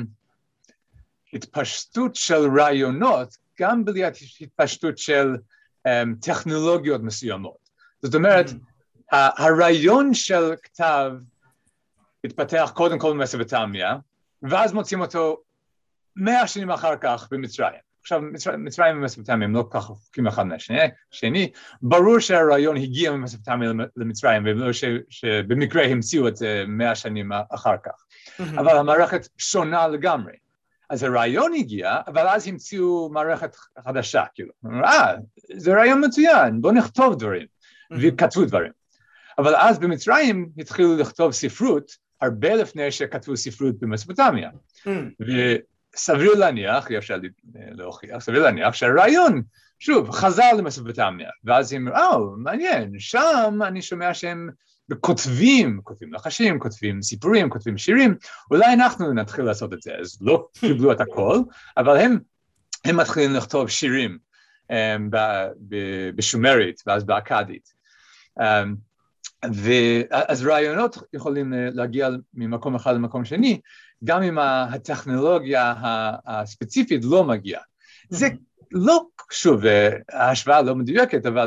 Speaker 2: התפשטות של רעיונות, גם בלי התפשטות של טכנולוגיות מסוימות. זאת אומרת, הרעיון של כתב התפתח קודם כל במסופוטמיה, ואז מוצאים אותו מאה שנים אחר כך במצרים. עכשיו, מצרים ומסופוטמיה הם לא כך רחוקים אחד מהשני, ברור שהרעיון הגיע ממסופוטמיה למצרים, ולא שבמקרה המציאו את זה מאה שנים אחר כך. אבל המערכת שונה לגמרי. אז הרעיון הגיע, אבל אז המציאו מערכת חדשה, כאילו. אה, זה רעיון מצוין, בואו נכתוב דברים, וכתבו דברים. אבל אז במצרים התחילו לכתוב ספרות, הרבה לפני שכתבו ספרות במסופוטמיה. וסביר להניח, אי אפשר להוכיח, סביר להניח שהרעיון, שוב, חזר למסופוטמיה, ואז הם אמרו, או, מעניין, שם אני שומע שהם כותבים, כותבים נחשים, כותבים סיפורים, כותבים שירים, אולי אנחנו נתחיל לעשות את זה, אז לא קיבלו את הכל, אבל הם, הם מתחילים לכתוב שירים um, בשומרית, ואז באכדית. Um, ואז רעיונות יכולים להגיע ממקום אחד למקום שני, גם אם הטכנולוגיה הספציפית לא מגיעה. זה לא, שוב, ההשוואה לא מדויקת, אבל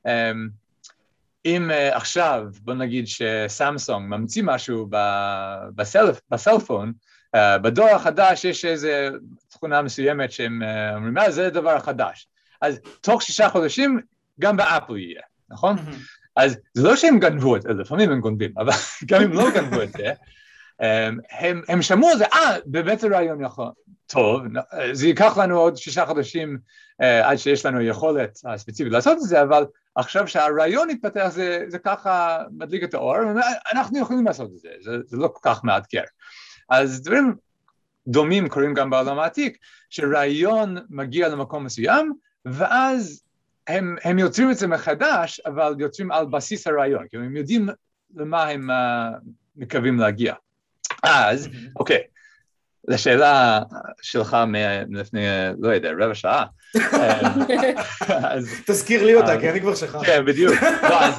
Speaker 2: אם עכשיו, בוא נגיד שסמסונג ממציא משהו בסלפון, בדור החדש יש איזו תכונה מסוימת שהם אומרים, מה, זה דבר חדש. אז תוך שישה חודשים גם באפל יהיה, נכון? אז זה לא שהם גנבו את זה, לפעמים הם גונבים, אבל גם אם לא גנבו את זה, הם, הם שמעו את זה, אה, באמת זה רעיון יכול, טוב, זה ייקח לנו עוד שישה חודשים עד שיש לנו יכולת הספציפית לעשות את זה, אבל עכשיו שהרעיון יתפתח, זה, זה ככה מדליק את האור, אנחנו יכולים לעשות את זה, זה, זה לא כל כך מאתגר. אז דברים דומים קורים גם בעולם העתיק, שרעיון מגיע למקום מסוים, ואז הם, הם יוצרים את זה מחדש, אבל יוצרים על בסיס הרעיון, כי הם יודעים למה הם uh, מקווים להגיע. אז, אוקיי, לשאלה שלך מלפני, לא יודע, רבע שעה.
Speaker 3: תזכיר לי אותה, כי אני כבר שכח.
Speaker 2: כן, בדיוק. אז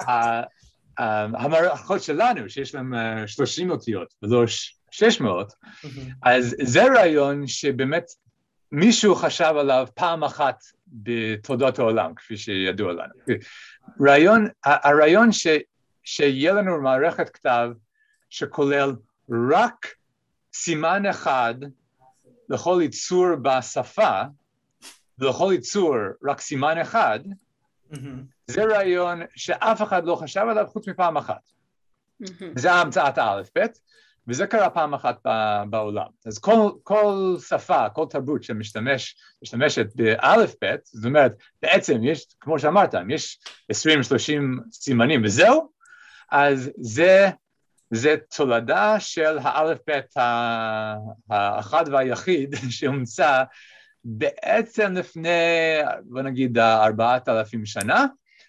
Speaker 2: המערכות שלנו, שיש להם שלושים אותיות, ולא שש מאות, אז זה רעיון שבאמת מישהו חשב עליו פעם אחת בתולדות העולם, כפי שידוע לנו. רעיון, הרעיון ש, שיהיה לנו מערכת כתב שכולל רק סימן אחד לכל יצור בשפה, ולכל יצור רק סימן אחד, mm-hmm. זה רעיון שאף אחד לא חשב עליו חוץ מפעם אחת. Mm-hmm. זה המצאת האלף-בית, וזה קרה פעם אחת בעולם. אז כל, כל שפה, כל תרבות שמשתמש, משתמשת באלף-בית, זאת אומרת, בעצם יש, כמו שאמרת, יש עשרים שלושים סימנים וזהו, אז זה, זה תולדה של האלף-בית האחד והיחיד שהומצא בעצם לפני, בוא נגיד, ארבעת אלפים שנה,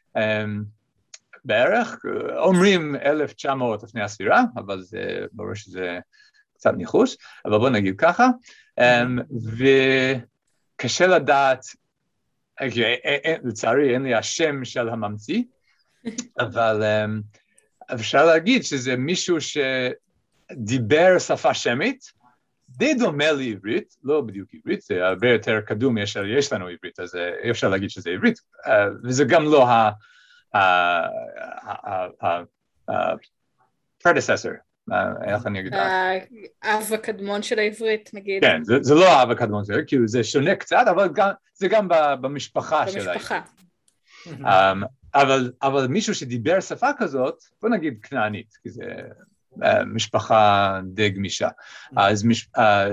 Speaker 2: בערך, אומרים אלף תשע מאות לפני הספירה, אבל זה ברור שזה קצת ניחוש, אבל בוא נגיד ככה, וקשה לדעת, לצערי אין לי השם של הממציא, אבל אפשר להגיד שזה מישהו שדיבר שפה שמית, די דומה לעברית, לא בדיוק עברית, זה הרבה יותר קדום, יש, יש לנו עברית, אז אי אפשר להגיד שזה עברית, וזה גם לא ה... ה-predecessor, איך אני אגיד?
Speaker 1: האב הקדמון של העברית, נגיד.
Speaker 2: כן, זה לא האב הקדמון של העברית, כי זה שונה קצת, אבל זה גם במשפחה של העברית. אבל, אבל מישהו שדיבר שפה כזאת, בוא נגיד כנענית, כי זה משפחה די גמישה. אז מש,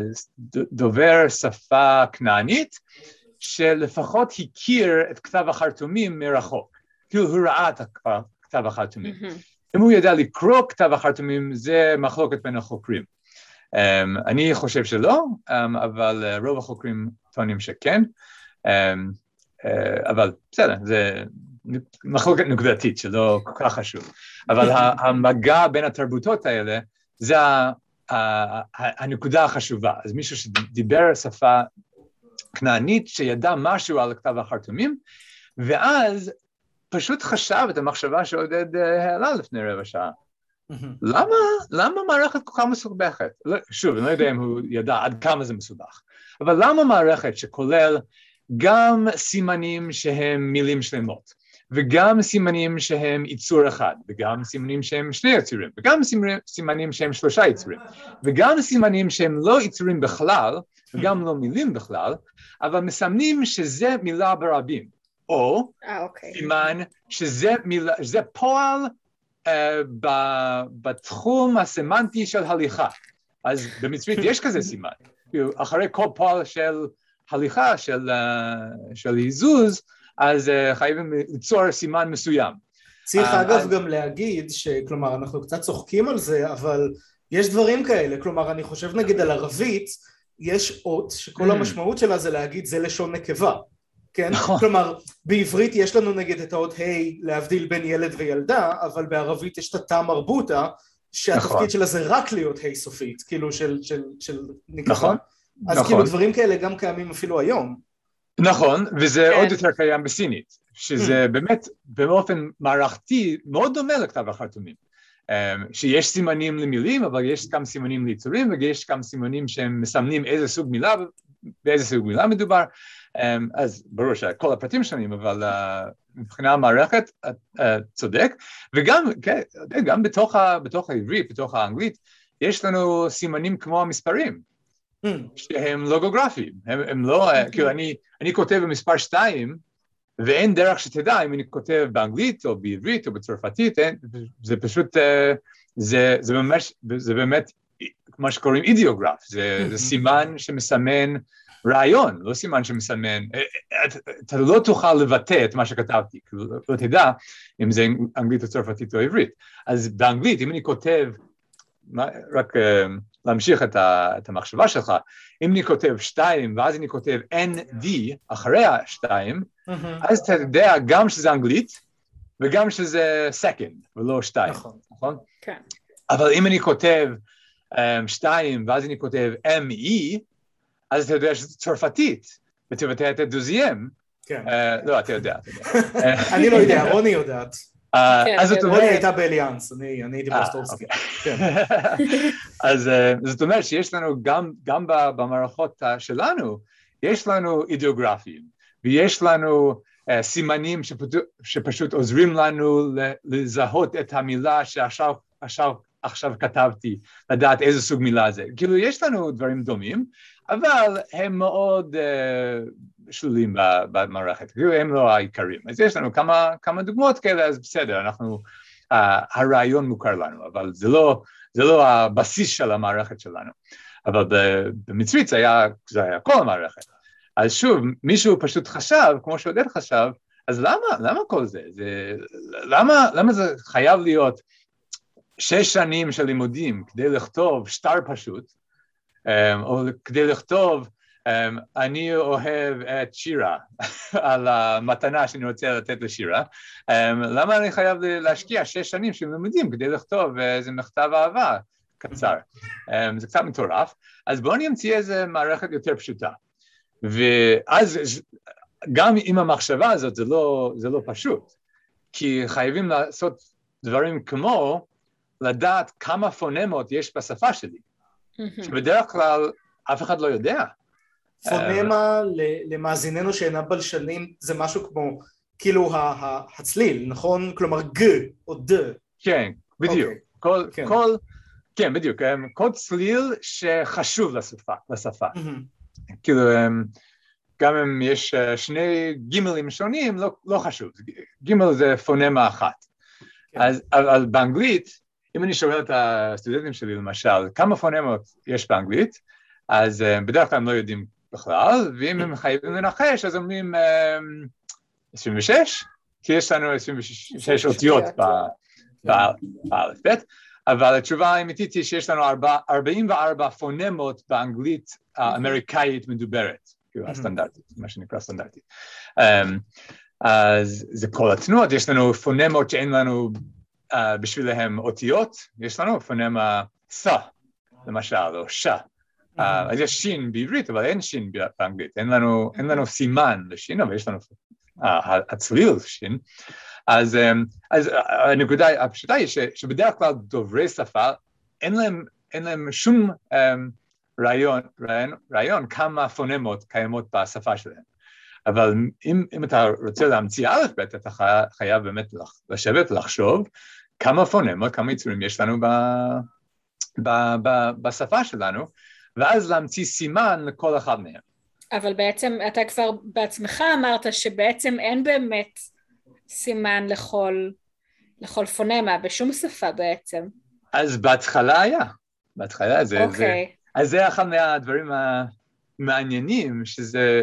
Speaker 2: דובר שפה כנענית, שלפחות הכיר את כתב החרטומים מרחוק. כאילו הוא ראה את כתב החרטומים. אם הוא ידע לקרוא כתב החרטומים, זה מחלוקת בין החוקרים. Um, אני חושב שלא, um, אבל uh, רוב החוקרים טוענים שכן, um, uh, אבל בסדר, זה מחלוקת נקודתית שלא כל כך חשוב. אבל המגע בין התרבותות האלה, זה הנקודה החשובה. אז מישהו שדיבר שפה כנענית, שידע משהו על כתב החרטומים, ואז פשוט חשב את המחשבה שעודד העלה לפני רבע שעה. למה, למה מערכת כל כך מסובכת? שוב, אני לא יודע אם הוא ידע עד כמה זה מסובך, אבל למה מערכת שכולל גם סימנים שהם מילים שלמות, וגם סימנים שהם ייצור אחד, וגם סימנים שהם שני יצורים, וגם סימנים שהם שלושה יצורים, וגם סימנים שהם לא יצורים בכלל, וגם לא מילים בכלל, אבל מסמנים שזה מילה ברבים, או סימן שזה מילה, שזה פועל uh, ב- בתחום הסמנטי של הליכה. אז במצרית יש כזה סימן, אחרי כל פועל של הליכה, של, uh, של היזוז, אז uh, חייבים ליצור סימן מסוים.
Speaker 3: צריך uh, אגב uh, גם להגיד, שכלומר אנחנו קצת צוחקים על זה, אבל יש דברים כאלה, כלומר אני חושב נגיד על ערבית, יש אות שכל המשמעות שלה זה להגיד זה לשון נקבה, כן? כלומר, בעברית יש לנו נגיד את האות ה' להבדיל בין ילד וילדה, אבל בערבית יש את התא מרבוטה, שהתפקיד שלה זה רק להיות ה' סופית, כאילו של נקבה. אז כאילו דברים כאלה גם קיימים אפילו היום.
Speaker 2: נכון, וזה עוד יותר קיים בסינית, שזה באמת באופן מערכתי מאוד דומה לכתב החרטומים. שיש סימנים למילים, אבל יש גם סימנים ליצורים, ויש גם סימנים שהם מסמנים איזה סוג מילה, באיזה סוג מילה מדובר, אז ברור שכל הפרטים שונים, אבל מבחינה המערכת צודק, וגם, גם בתוך, בתוך העברית, בתוך האנגלית, יש לנו סימנים כמו המספרים, שהם לוגוגרפיים, הם, הם לא, כאילו אני, אני כותב במספר שתיים, ואין דרך שתדע אם אני כותב באנגלית או בעברית או בצרפתית, אין, זה פשוט, זה, זה ממש, זה באמת מה שקוראים אידיוגרף, זה, זה סימן שמסמן רעיון, לא סימן שמסמן, אתה לא תוכל לבטא את מה שכתבתי, לא תדע אם זה אנגלית או צרפתית או עברית. אז באנגלית, אם אני כותב, רק להמשיך את, ה, את המחשבה שלך, אם אני כותב שתיים, ואז אני כותב אן די אחרי השתיים, אז אתה יודע גם שזה אנגלית, וגם שזה second, ולא שתיים, נכון?
Speaker 1: כן.
Speaker 2: אבל אם אני כותב שתיים, ואז אני כותב אם אי, אז אתה יודע שזה צרפתית, ותבטא את הדוזיאם. כן. לא, אתה יודע.
Speaker 3: אני לא יודע, רוני יודעת.
Speaker 2: אז זאת אומרת...
Speaker 3: רוני הייתה באליאנס, אני הייתי ברסטובסקי.
Speaker 2: אז זאת אומרת שיש לנו גם במערכות שלנו, יש לנו אידיאוגרפים, ויש לנו סימנים שפשוט עוזרים לנו לזהות את המילה שעכשיו כתבתי, לדעת איזה סוג מילה זה. כאילו יש לנו דברים דומים, אבל הם מאוד שלולים במערכת, כאילו הם לא העיקרים. אז יש לנו כמה דוגמאות כאלה, אז בסדר, אנחנו, הרעיון מוכר לנו, אבל זה לא, זה לא הבסיס של המערכת שלנו. אבל במצרית זה היה, זה היה כל המערכת. אז שוב, מישהו פשוט חשב, כמו שעודד חשב, אז למה, למה כל זה? זה למה, למה זה חייב להיות שש שנים של לימודים כדי לכתוב שטר פשוט, או כדי לכתוב, אני אוהב את שירה, על המתנה שאני רוצה לתת לשירה, למה אני חייב להשקיע שש שנים של לימודים כדי לכתוב איזה מכתב אהבה קצר? זה קצת מטורף, אז בואו נמציא איזה מערכת יותר פשוטה. ואז גם עם המחשבה הזאת זה לא, זה לא פשוט, כי חייבים לעשות דברים כמו לדעת כמה פונמות יש בשפה שלי, שבדרך כלל אף אחד לא יודע.
Speaker 3: פונמה למאזיננו שאינם בלשנים זה משהו כמו כאילו הצליל, נכון? כלומר ג או ד.
Speaker 2: כן, בדיוק. כל, כל, כן, בדיוק. כל צליל שחשוב לשפה, לשפה. כאילו, גם אם יש שני גימלים שונים, לא, לא חשוב, גימל זה פונמה אחת. כן. אז אבל באנגלית, אם אני שואל את הסטודנטים שלי למשל, כמה פונמות יש באנגלית, אז בדרך כלל הם לא יודעים בכלל, ואם הם חייבים לנחש, אז אומרים עשרים ושש, כי יש לנו עשרים ושש אותיות באלף בית, אבל התשובה האמיתית היא שיש לנו ארבעים וארבע פונמות באנגלית האמריקאית מדוברת, כאילו הסטנדרטית, מה שנקרא סטנדרטית. אז זה כל התנועות, יש לנו פונמות שאין לנו בשבילהם אותיות, יש לנו פונמה ס, למשל, או ש. אז יש שין בעברית, אבל אין שין באנגלית, אין לנו סימן לשין, אבל יש לנו הצליל שין. אז, אז הנקודה הפשוטה היא שבדרך כלל דוברי שפה, אין להם, אין להם שום רעיון, רעיון, רעיון כמה פונמות קיימות בשפה שלהם. אבל אם, אם אתה רוצה להמציא א' ב', אתה חייב באמת לשבת ולחשוב כמה פונמות, כמה יצורים יש לנו ב, ב, ב, בשפה שלנו, ואז להמציא סימן לכל אחד מהם.
Speaker 1: אבל בעצם אתה כבר בעצמך אמרת שבעצם אין באמת סימן לכל, לכל פונמה, בשום שפה בעצם.
Speaker 2: אז בהתחלה היה, בהתחלה זה,
Speaker 1: okay.
Speaker 2: זה, אז זה אחד מהדברים המעניינים, שזה,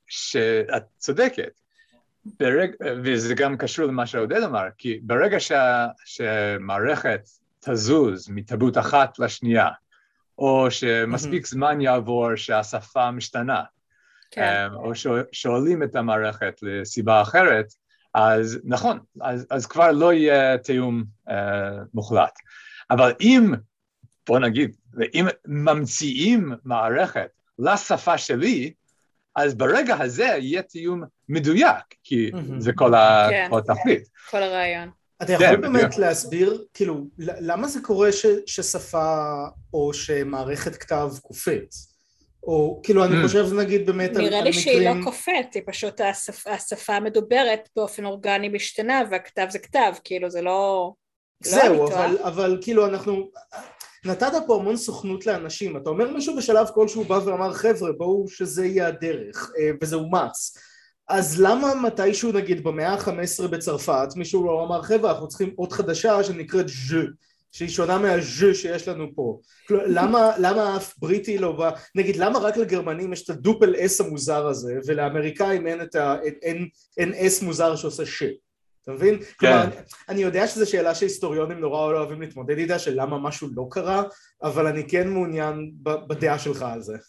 Speaker 2: שאת צודקת, ברג, וזה גם קשור למה שעודד אמר, כי ברגע שה, שמערכת תזוז מתרבות אחת לשנייה, או שמספיק mm-hmm. זמן יעבור שהשפה משתנה, כן. או שואלים את המערכת לסיבה אחרת, אז נכון, אז, אז כבר לא יהיה תיאום אה, מוחלט. אבל אם, בוא נגיד, אם ממציאים מערכת לשפה שלי, אז ברגע הזה יהיה תיאום מדויק, כי mm-hmm. זה כל, ה, כן. כל התכלית.
Speaker 1: כל הרעיון.
Speaker 3: אתה יכול כן, באמת בדיוק. להסביר, כאילו, למה זה קורה ש, ששפה או שמערכת כתב קופץ? או כאילו אני חושב נגיד באמת על מקרים...
Speaker 1: נראה לי שהיא לא קופאת, היא פשוט השפה המדוברת באופן אורגני משתנה, והכתב זה כתב, כאילו זה לא...
Speaker 3: זהו, אבל, אבל כאילו אנחנו... נתת פה המון סוכנות לאנשים, אתה אומר מישהו בשלב כלשהו בא ואמר חבר'ה בואו שזה יהיה הדרך, וזה אומץ. אז למה מתישהו נגיד במאה ה-חמש עשרה בצרפת מישהו לא אמר חבר'ה אנחנו צריכים עוד חדשה שנקראת ז'ה, שהיא שונה מהז'ה שיש לנו פה. למה, למה אף בריטי לא בא, נגיד למה רק לגרמנים יש את הדופל אס המוזר הזה, ולאמריקאים אין את ה, אין, אין אס מוזר שעושה ש. אתה מבין? כן. כלומר, אני יודע שזו שאלה שהיסטוריונים נורא לא אוהבים להתמודד איתה, של למה משהו לא קרה, אבל אני כן מעוניין בדעה שלך על זה.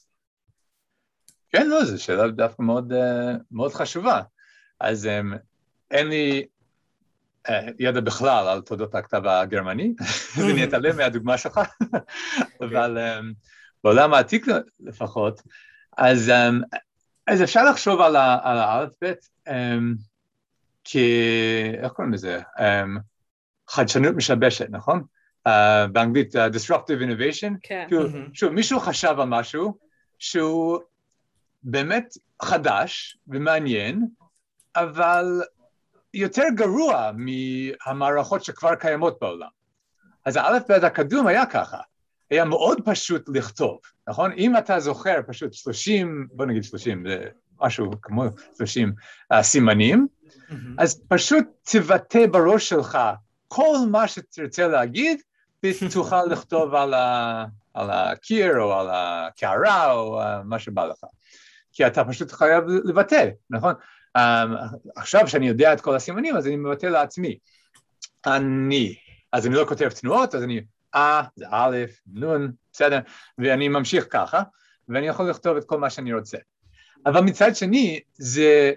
Speaker 2: כן, לא, זו שאלה דווקא מאוד, מאוד חשובה. אז אין לי ידע בכלל על תולדות הכתב הגרמני, ואני אתעלם מהדוגמה שלך, אבל בעולם העתיק לפחות, אז, אז אפשר לחשוב על האלף בית, כי, איך קוראים לזה? חדשנות משבשת, נכון? באנגלית, disruptive innovation.
Speaker 1: כן.
Speaker 2: שוב, מישהו חשב על משהו שהוא באמת חדש ומעניין, אבל יותר גרוע מהמערכות שכבר קיימות בעולם. אז האלף בית הקדום היה ככה, היה מאוד פשוט לכתוב, נכון? אם אתה זוכר פשוט שלושים, בוא נגיד שלושים, זה משהו כמו שלושים uh, סימנים, mm-hmm. אז פשוט תבטא בראש שלך כל מה שתרצה להגיד, ותוכל לכתוב על, ה, על הקיר או על הקערה או uh, מה שבא לך. כי אתה פשוט חייב לבטא, נכון? Um, עכשיו שאני יודע את כל הסימנים, אז אני מבטא לעצמי. אני, אז אני לא כותב תנועות, אז אני, אה, זה א', נון, בסדר, ואני ממשיך ככה, ואני יכול לכתוב את כל מה שאני רוצה. אבל מצד שני, זה,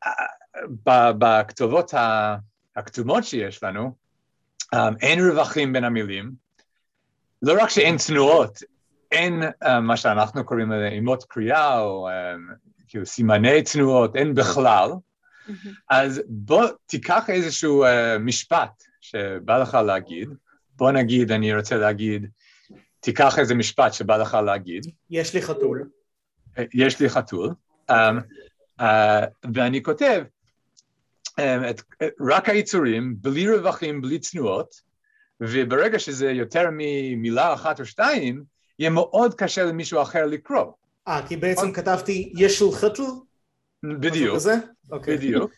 Speaker 2: בכתובות הכתומות שיש לנו, אין רווחים בין המילים, לא רק שאין תנועות, אין מה שאנחנו קוראים לזה, אימות קריאה, או כאילו סימני תנועות, אין בכלל, אז בוא תיקח איזשהו משפט שבא לך להגיד, בוא נגיד, אני רוצה להגיד, תיקח איזה משפט שבא לך להגיד.
Speaker 3: יש לי חתול.
Speaker 2: יש לי חתול, um, uh, ואני כותב, um, את, רק היצורים, בלי רווחים, בלי תנועות, וברגע שזה יותר ממילה אחת או שתיים, יהיה מאוד קשה למישהו אחר לקרוא.
Speaker 3: אה, כי בעצם כתבתי, יש לי חתול?
Speaker 2: בדיוק, בדיוק.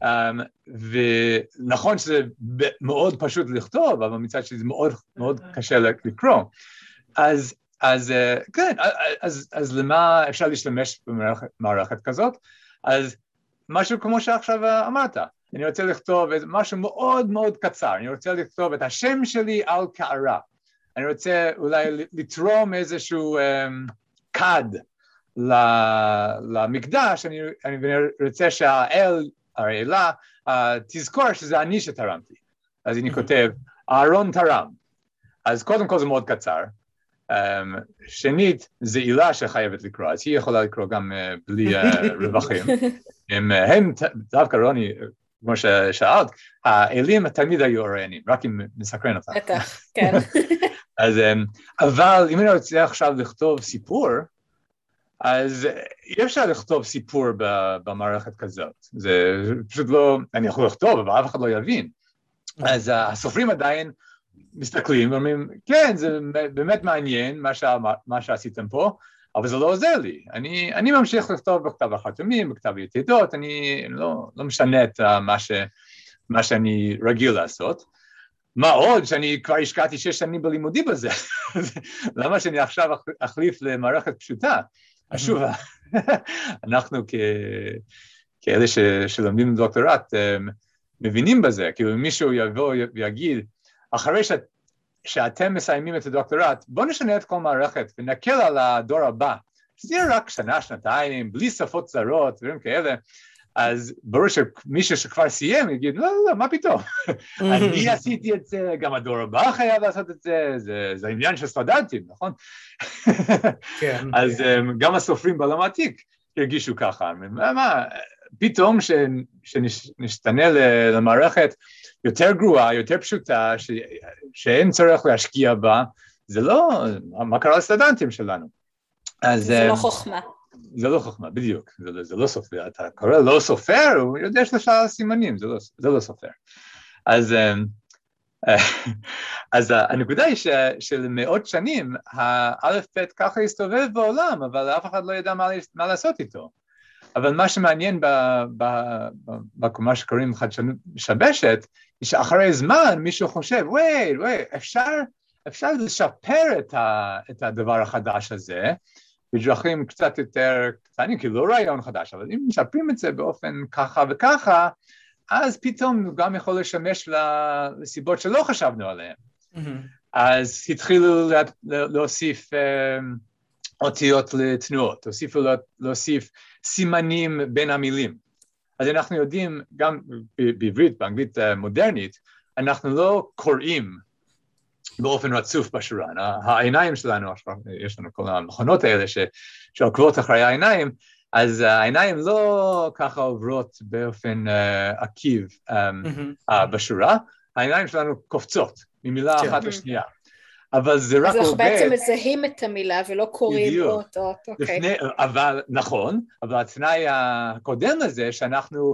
Speaker 2: ונכון שזה מאוד פשוט לכתוב, אבל מצד שזה מאוד מאוד קשה לקרוא. אז אז כן, אז אז למה אפשר להשתמש במערכת כזאת? אז משהו כמו שעכשיו אמרת, אני רוצה לכתוב משהו מאוד מאוד קצר, אני רוצה לכתוב את השם שלי על קערה, אני רוצה אולי לתרום איזשהו קד למקדש, אני, אני רוצה שהאל, האלה, תזכור שזה אני שתרמתי. אז אני כותב, אהרון תרם. אז קודם כל זה מאוד קצר. שנית, זה אילה שחייבת לקרוא, אז היא יכולה לקרוא גם בלי רווחים. הם, הם דווקא רוני, כמו ששאלת, האלים תמיד היו אוריינים, רק אם נסקרן אותם.
Speaker 1: בטח, כן.
Speaker 2: אז, אבל אם אני רוצה עכשיו לכתוב סיפור, אז אי אפשר לכתוב סיפור במערכת כזאת. זה פשוט לא, אני יכול לכתוב, אבל אף אחד לא יבין. אז הסופרים עדיין מסתכלים ואומרים, כן, זה באמת מעניין מה, שה, מה שעשיתם פה, אבל זה לא עוזר לי. אני, אני ממשיך לכתוב בכתב החתומים, בכתב יתדות, אני לא, לא משנה את מה, ש, מה שאני רגיל לעשות. מה עוד שאני כבר השקעתי שש שנים בלימודי בזה, למה שאני עכשיו אחליף למערכת פשוטה? אז שוב, אנחנו כאלה שלומדים דוקטורט מבינים בזה, כאילו מישהו יבוא ויגיד, אחרי שאתם מסיימים את הדוקטורט, בואו נשנה את כל מערכת ונקל על הדור הבא, שזה יהיה רק שנה, שנתיים, בלי שפות זרות, דברים כאלה, אז ברור שמישהו שכבר סיים יגיד, לא, לא, מה פתאום? אני עשיתי את זה, גם הדור הבא חייב לעשות את זה, זה העניין של סטודנטים, נכון? אז גם הסופרים בעולם העתיק הרגישו ככה, מה, פתאום שנשתנה למערכת יותר גרועה, יותר פשוטה, שאין צורך להשקיע בה, זה לא, מה קרה לסטודנטים שלנו?
Speaker 1: זה לא חוכמה.
Speaker 2: זה לא חוכמה, בדיוק, זה, זה לא סופר, אתה קורא לא סופר, הוא יודע שלושה סימנים, זה לא, זה לא סופר. אז, אז הנקודה היא ש, שלמאות שנים, האלף בית ככה הסתובב בעולם, אבל אף אחד לא ידע מה, מה לעשות איתו. אבל מה שמעניין במה שקוראים חדשנות משבשת, היא שאחרי זמן מישהו חושב, וואי, וואי, אפשר, אפשר לשפר את, ה, את הדבר החדש הזה, בדרכים קצת יותר קטנים, כי לא רעיון חדש, אבל אם משפרים את זה באופן ככה וככה, אז פתאום הוא גם יכול לשמש לסיבות שלא חשבנו עליהן. Mm-hmm. אז התחילו להוסיף אותיות לתנועות, הוסיפו להוסיף סימנים בין המילים. אז אנחנו יודעים, גם בעברית, באנגלית מודרנית, אנחנו לא קוראים באופן רצוף בשורה. העיניים שלנו, יש לנו כל המכונות האלה שעוקבות אחרי העיניים, אז העיניים לא ככה עוברות באופן עקיב בשורה, העיניים שלנו קופצות ממילה אחת לשנייה. אבל זה רק עובד...
Speaker 1: אז אנחנו בעצם מזהים את המילה ולא קוראים אותו, אוקיי.
Speaker 2: אבל נכון, אבל התנאי הקודם לזה שאנחנו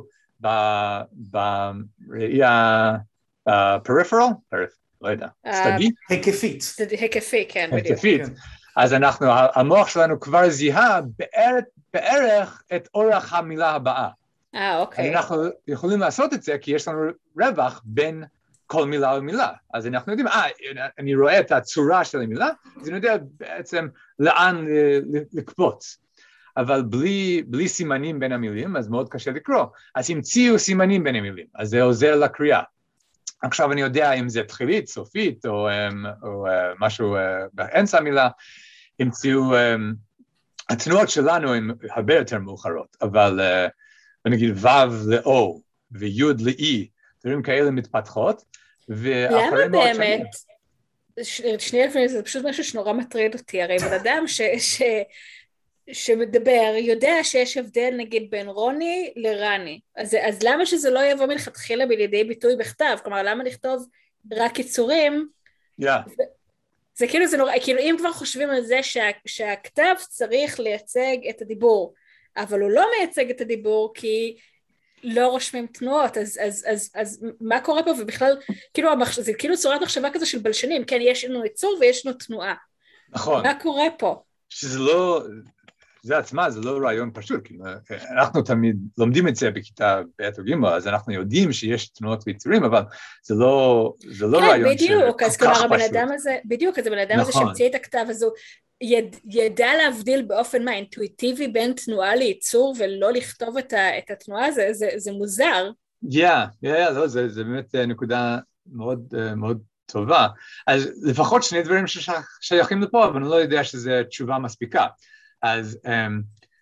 Speaker 2: בראי הפריפרל, לא יודע, סטדי?
Speaker 3: היקפית.
Speaker 1: היקפי, כן, בדיוק.
Speaker 2: היקפית. אז אנחנו, המוח שלנו כבר זיהה בערך את אורך המילה הבאה.
Speaker 1: אה, אוקיי.
Speaker 2: אנחנו יכולים לעשות את זה כי יש לנו רווח בין כל מילה ומילה. אז אנחנו יודעים, אה, אני רואה את הצורה של המילה, אז אני יודע בעצם לאן לקפוץ. אבל בלי, בלי סימנים בין המילים, אז מאוד קשה לקרוא. אז המציאו סימנים בין המילים, אז זה עוזר לקריאה. עכשיו אני יודע אם זה תחילית, סופית, או, או משהו באמצע המילה, המציאו, התנועות שלנו הן הרבה יותר מאוחרות, אבל נגיד ו' ל-O וי' ל-E, דברים כאלה מתפתחות,
Speaker 1: למה באמת? שנייה לפני זה, פשוט משהו שנורא מטריד אותי, הרי בן אדם ש... ש... שמדבר, יודע שיש הבדל נגיד בין רוני לרני, אז, אז למה שזה לא יבוא מלכתחילה בידי ביטוי בכתב? כלומר, למה לכתוב רק קיצורים?
Speaker 2: Yeah.
Speaker 1: זה כאילו, זה נורא, כאילו אם כבר חושבים על זה שה, שהכתב צריך לייצג את הדיבור, אבל הוא לא מייצג את הדיבור כי לא רושמים תנועות, אז, אז, אז, אז מה קורה פה? ובכלל, כאילו, זה כאילו צורת מחשבה כזה של בלשנים, כן, יש לנו יצור ויש לנו תנועה.
Speaker 2: נכון.
Speaker 1: מה קורה פה?
Speaker 2: שזה לא... זה עצמה, זה לא רעיון פשוט, כי אנחנו תמיד לומדים את זה בכיתה ב' או ג', אז אנחנו יודעים שיש תנועות ויצורים, אבל זה לא, זה לא
Speaker 1: כן,
Speaker 2: רעיון
Speaker 1: בדיוק, אז כלומר, הבן
Speaker 2: פשוט.
Speaker 1: אדם הזה, בדיוק, אז הבן אדם הזה
Speaker 2: נכון.
Speaker 1: שהמציא את הכתב הזו, יד, ידע להבדיל באופן מה, אינטואיטיבי בין תנועה לייצור, ולא לכתוב את, ה, את התנועה, זה, זה, זה מוזר.
Speaker 2: כן, yeah, yeah, לא, זה, זה באמת נקודה מאוד, מאוד טובה. אז לפחות שני דברים ששייכים לפה, אבל אני לא יודע שזו תשובה מספיקה. אז um,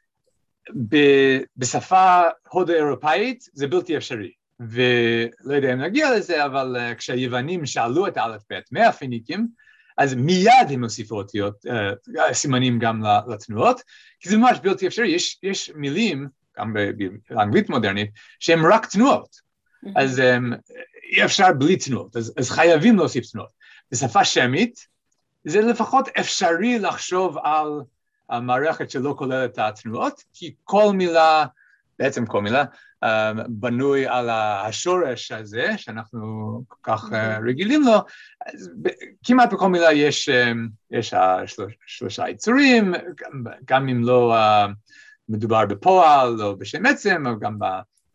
Speaker 2: ב- בשפה הודו-אירופאית זה בלתי אפשרי, ולא יודע אם נגיע לזה, אבל uh, כשהיוונים שאלו את א' ב' מהפיניקים, אז מיד הם הוסיפו אותיות, uh, סימנים גם לתנועות, כי זה ממש בלתי אפשרי, יש, יש מילים, גם באנגלית מודרנית, שהן רק תנועות, אז um, אי אפשר בלי תנועות, אז, אז חייבים להוסיף תנועות. בשפה שמית, זה לפחות אפשרי לחשוב על המערכת שלא כוללת את התנועות, כי כל מילה, בעצם כל מילה, בנוי על השורש הזה, שאנחנו כל כך רגילים לו, אז כמעט בכל מילה יש, יש שלושה יצורים, גם אם לא מדובר בפועל או בשם עצם, או גם ב...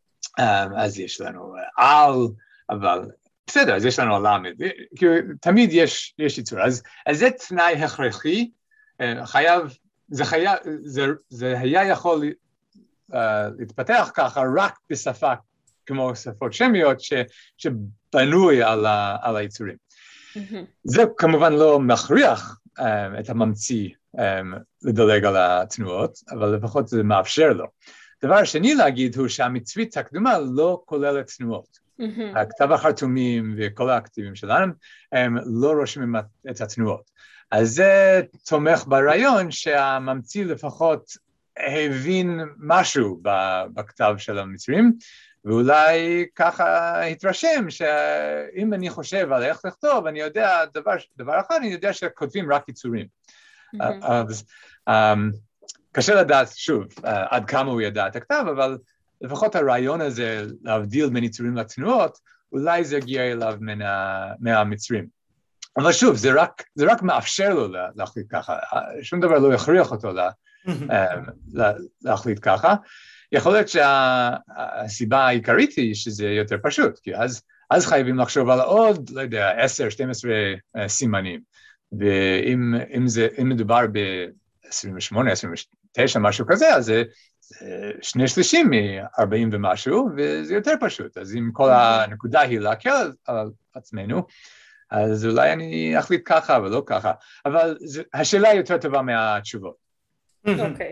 Speaker 2: אז יש לנו על, אבל בסדר, אז יש לנו עלמד, כי תמיד יש, יש יצור, אז, אז זה תנאי הכרחי, חייב, זה, חייב, זה, זה היה יכול uh, להתפתח ככה רק בשפה כמו שפות שמיות ש, שבנוי על, ה, על היצורים. Mm-hmm. זה כמובן לא מכריח um, את הממציא um, לדלג על התנועות, אבל לפחות זה מאפשר לו. דבר שני להגיד הוא שהמצרית הקדומה לא כוללת תנועות. Mm-hmm. הכתב החרטומים וכל הכתיבים שלנו הם לא רושמים את התנועות. אז זה תומך ברעיון שהממציא לפחות הבין משהו בכתב של המצרים, ואולי ככה התרשם שאם אני חושב על איך לכתוב, אני יודע דבר, דבר אחד, אני יודע שכותבים רק יצורים. Mm-hmm. אז um, קשה לדעת, שוב, uh, עד כמה הוא ידע את הכתב, אבל לפחות הרעיון הזה להבדיל בין יצורים לתנועות, אולי זה הגיע אליו מה, מהמצרים. אבל שוב, זה רק, זה רק מאפשר לו להחליט ככה, שום דבר לא יכריח אותו לה, לה, להחליט ככה. יכול להיות שהסיבה העיקרית היא שזה יותר פשוט, כי אז, אז חייבים לחשוב על עוד, לא יודע, עשר, שתים עשרה סימנים, ואם אם זה, אם מדובר ב-עשרים ושמונה, עשרים ותשע, משהו כזה, אז זה שני שלישים מ-ארבעים ומשהו, וזה יותר פשוט. אז אם כל הנקודה היא להקל על עצמנו, אז אולי אני אחליט ככה ולא ככה, אבל השאלה היא יותר טובה מהתשובות.
Speaker 1: אוקיי.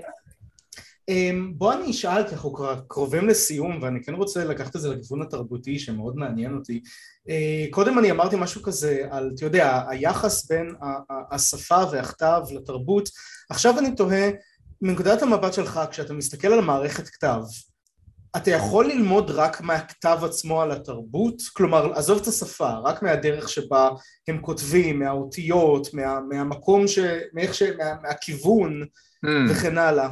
Speaker 3: בוא אני אשאל, כי אנחנו קרובים לסיום, ואני כן רוצה לקחת את זה לכיוון התרבותי שמאוד מעניין אותי. קודם אני אמרתי משהו כזה על, אתה יודע, היחס בין השפה והכתב לתרבות. עכשיו אני תוהה, מנקודת המבט שלך, כשאתה מסתכל על מערכת כתב, אתה יכול ללמוד רק מהכתב עצמו על התרבות? כלומר, עזוב את השפה, רק מהדרך שבה הם כותבים, מהאותיות, מה, מהמקום, ש, מאיך ש, מה, מהכיוון mm. וכן הלאה.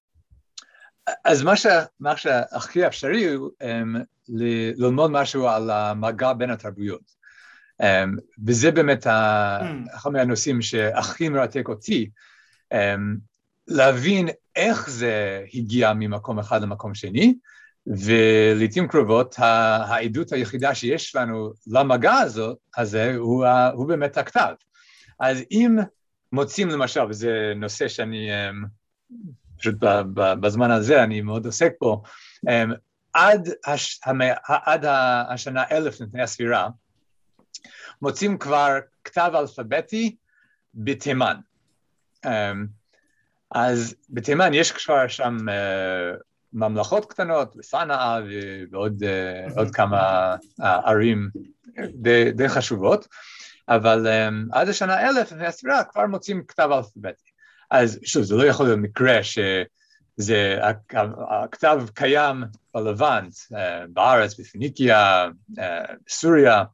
Speaker 2: אז מה, ש, מה שהכי אפשרי הוא um, ל, ללמוד משהו על המגע בין התרבויות. Um, וזה באמת mm. אחד מהנושאים שהכי מרתק אותי, um, להבין איך זה הגיע ממקום אחד למקום שני, ולעיתים קרובות העדות היחידה שיש לנו למגע הזאת, הזה הוא, הוא באמת הכתב. אז אם מוצאים למשל, וזה נושא שאני, פשוט בזמן הזה אני מאוד עוסק פה, עד, הש, עד השנה אלף לפני הספירה, מוצאים כבר כתב אלפביתי בתימן. אז בתימן יש כבר שם ממלכות קטנות, בסנאה ועוד עוד כמה ערים די, די חשובות, אבל עד השנה אלף לפני הספירה כבר מוצאים כתב אלפביתי. אז שוב, זה לא יכול להיות מקרה שזה, הכתב קיים בלבנט, בארץ, בפיניקיה, בסוריה,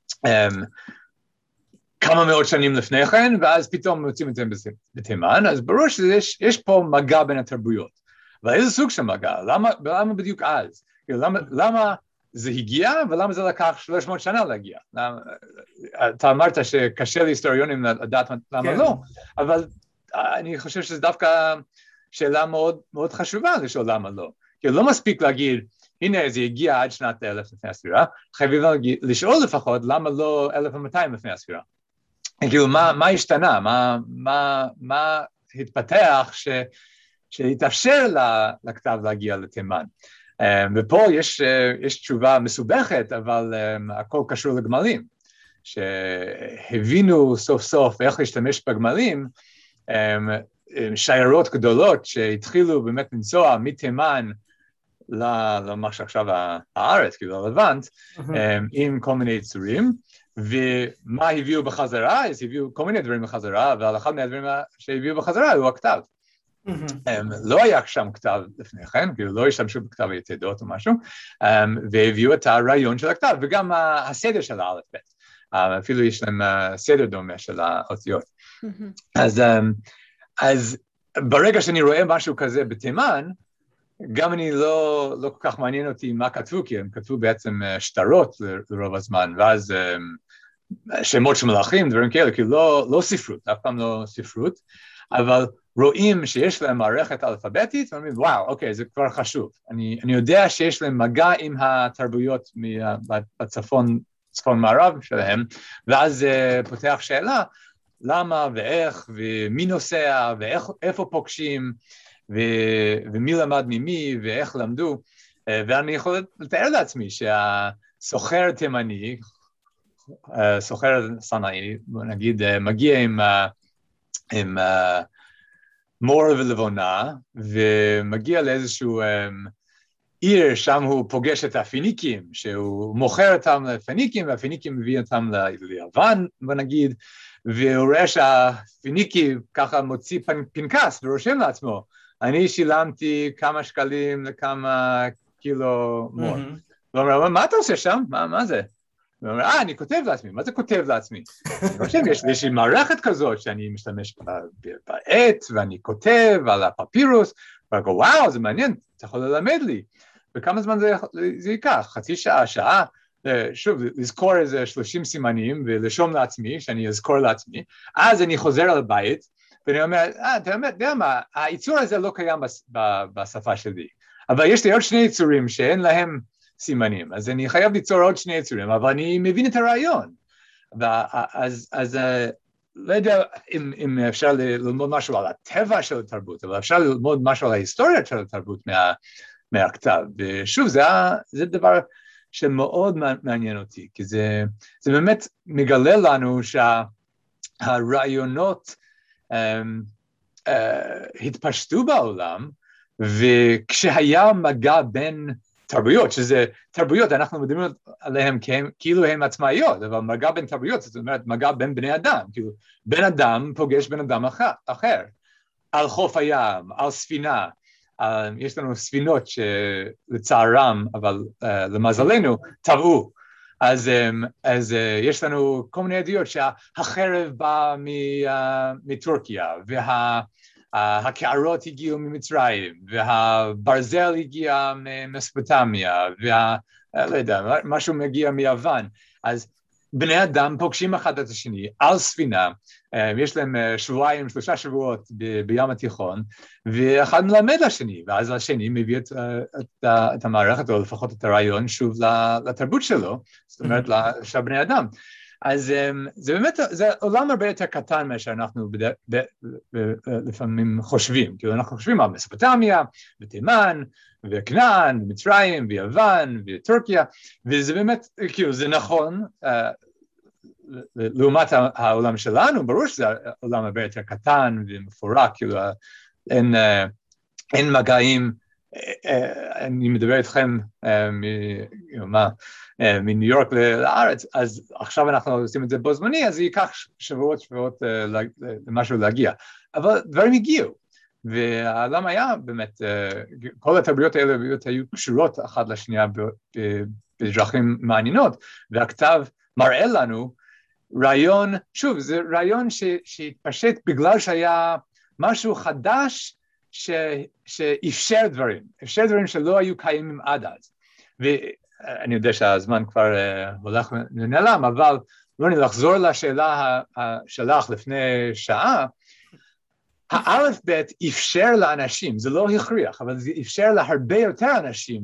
Speaker 2: כמה מאות שנים לפני כן, ואז פתאום מוצאים את זה בתימן, אז ברור שיש יש פה מגע בין התרבויות. אבל איזה סוג של מגע? למה, למה בדיוק אז? למה, למה זה הגיע, ולמה זה לקח שלוש מאות שנה להגיע? למה, אתה אמרת שקשה להיסטוריונים לדעת למה כן. לא, אבל אני חושב שזה דווקא שאלה מאוד, מאוד חשובה לשאול למה לא. כי לא מספיק להגיד, הנה זה הגיע עד שנת אלף לפני הספירה, חייבים לשאול לפחות למה לא אלף ומאתיים לפני הספירה. כאילו, מה, מה השתנה? מה, מה, מה התפתח ש, שהתאפשר לכתב להגיע לתימן? ופה יש, יש תשובה מסובכת, אבל הכל קשור לגמלים, שהבינו סוף סוף איך להשתמש בגמלים, שיירות גדולות שהתחילו באמת לנסוע מתימן למה שעכשיו הארץ, כאילו הלבנט, עם כל מיני יצורים, ומה הביאו בחזרה? אז הביאו כל מיני דברים בחזרה, ועל אחד מהדברים שהביאו בחזרה הוא הכתב. לא היה שם כתב לפני כן, כאילו לא השתמשו בכתב היתדות או משהו, והביאו את הרעיון של הכתב, וגם הסדר של האלף בית. אפילו יש להם סדר דומה של האותיות. אז, אז ברגע שאני רואה משהו כזה בתימן, גם אני לא, לא כל כך מעניין אותי מה כתבו, כי הם כתבו בעצם שטרות לרוב הזמן, ואז שמות של מלאכים, דברים כאלה, כי לא, לא ספרות, אף פעם לא ספרות, אבל רואים שיש להם מערכת אלפביתית, ואומרים, וואו, אוקיי, זה כבר חשוב. אני, אני יודע שיש להם מגע עם התרבויות בצפון, צפון מערב שלהם, ואז זה פותח שאלה, למה ואיך, ומי נוסע, ואיפה פוגשים, ו, ומי למד ממי, ואיך למדו, ואני יכול לתאר לעצמי שהסוחר תימני, סוחר סנאי, נגיד, מגיע עם, עם מור ולבונה, ומגיע לאיזשהו עיר, שם הוא פוגש את הפיניקים, שהוא מוכר אותם לפיניקים, והפיניקים מביא אותם ליוון, נגיד, והוא רואה שהפיניקי ככה מוציא פנקס ורושם לעצמו, אני שילמתי כמה שקלים לכמה קילו מור. הוא אומר, מה אתה עושה שם? מה, מה זה? הוא אומר, אה, אני כותב לעצמי. מה זה כותב לעצמי? אני חושב, יש, יש לי מערכת כזאת שאני משתמש בעט, ואני כותב על הפפירוס, ואני אומר, וואו, זה מעניין, אתה יכול ללמד לי. וכמה זמן זה, זה ייקח? חצי שעה, שעה? שוב, לזכור איזה שלושים סימנים, ולשום לעצמי, שאני אזכור לעצמי. אז אני חוזר על הבית, ואני אומר, אה, אתה יודע מה, היצור הזה לא קיים בשפה שלי, אבל יש לי עוד שני יצורים שאין להם סימנים, אז אני חייב ליצור עוד שני יצורים, אבל אני מבין את הרעיון. אז, אז לא יודע אם, אם אפשר ללמוד משהו על הטבע של התרבות, אבל אפשר ללמוד משהו על ההיסטוריה של התרבות מה, מהכתב, ושוב, זה, זה דבר שמאוד מעניין אותי, כי זה, זה באמת מגלה לנו שהרעיונות, Um, uh, התפשטו בעולם, וכשהיה מגע בין תרבויות, שזה תרבויות, אנחנו מדברים עליהם כאילו הם עצמאיות, אבל מגע בין תרבויות, זאת אומרת, מגע בין בני אדם, כאילו, בן אדם פוגש בן אדם אחר, אחר על חוף הים, על ספינה, uh, יש לנו ספינות שלצערם, אבל uh, למזלנו, טבעו, אז, אז יש לנו כל מיני עדויות שהחרב באה מטורקיה, והקערות הגיעו ממצרים, והברזל הגיע ממסופוטמיה, ולא יודע, משהו מגיע מיוון. אז בני אדם פוגשים אחד את השני על ספינה, יש להם שבועיים, שלושה שבועות בים התיכון, ואחד מלמד לשני, ואז השני מביא את, את, את המערכת, או לפחות את הרעיון שוב לתרבות שלו, זאת אומרת, של בני אדם. אז זה באמת, זה עולם הרבה יותר קטן מה שאנחנו בד... ב... ב... לפעמים חושבים, כאילו אנחנו חושבים על מסופוטמיה, ותימן, וכנען, ומצרים, ויוון, וטורקיה, וזה באמת, כאילו זה נכון, לעומת העולם שלנו, ברור שזה עולם הרבה יותר קטן ומפורק, כאילו אין, אין מגעים, אני מדבר איתכם מניו יורק לארץ, אז עכשיו אנחנו עושים את זה בו זמני, אז זה ייקח שבועות שבועות למשהו להגיע, אבל דברים הגיעו, והעולם היה באמת, כל התרבויות האלה היו קשורות אחת לשנייה בדרכים מעניינות, והכתב מראה לנו רעיון, שוב, זה רעיון שהתפשט בגלל שהיה משהו חדש, ש, שאפשר דברים, אפשר דברים שלא היו קיימים עד אז. ואני יודע שהזמן כבר uh, הולך ונעלם, אבל רוני, לחזור לשאלה שלך לפני שעה, האלף בית אפשר לאנשים, זה לא הכריח, אבל זה אפשר להרבה יותר אנשים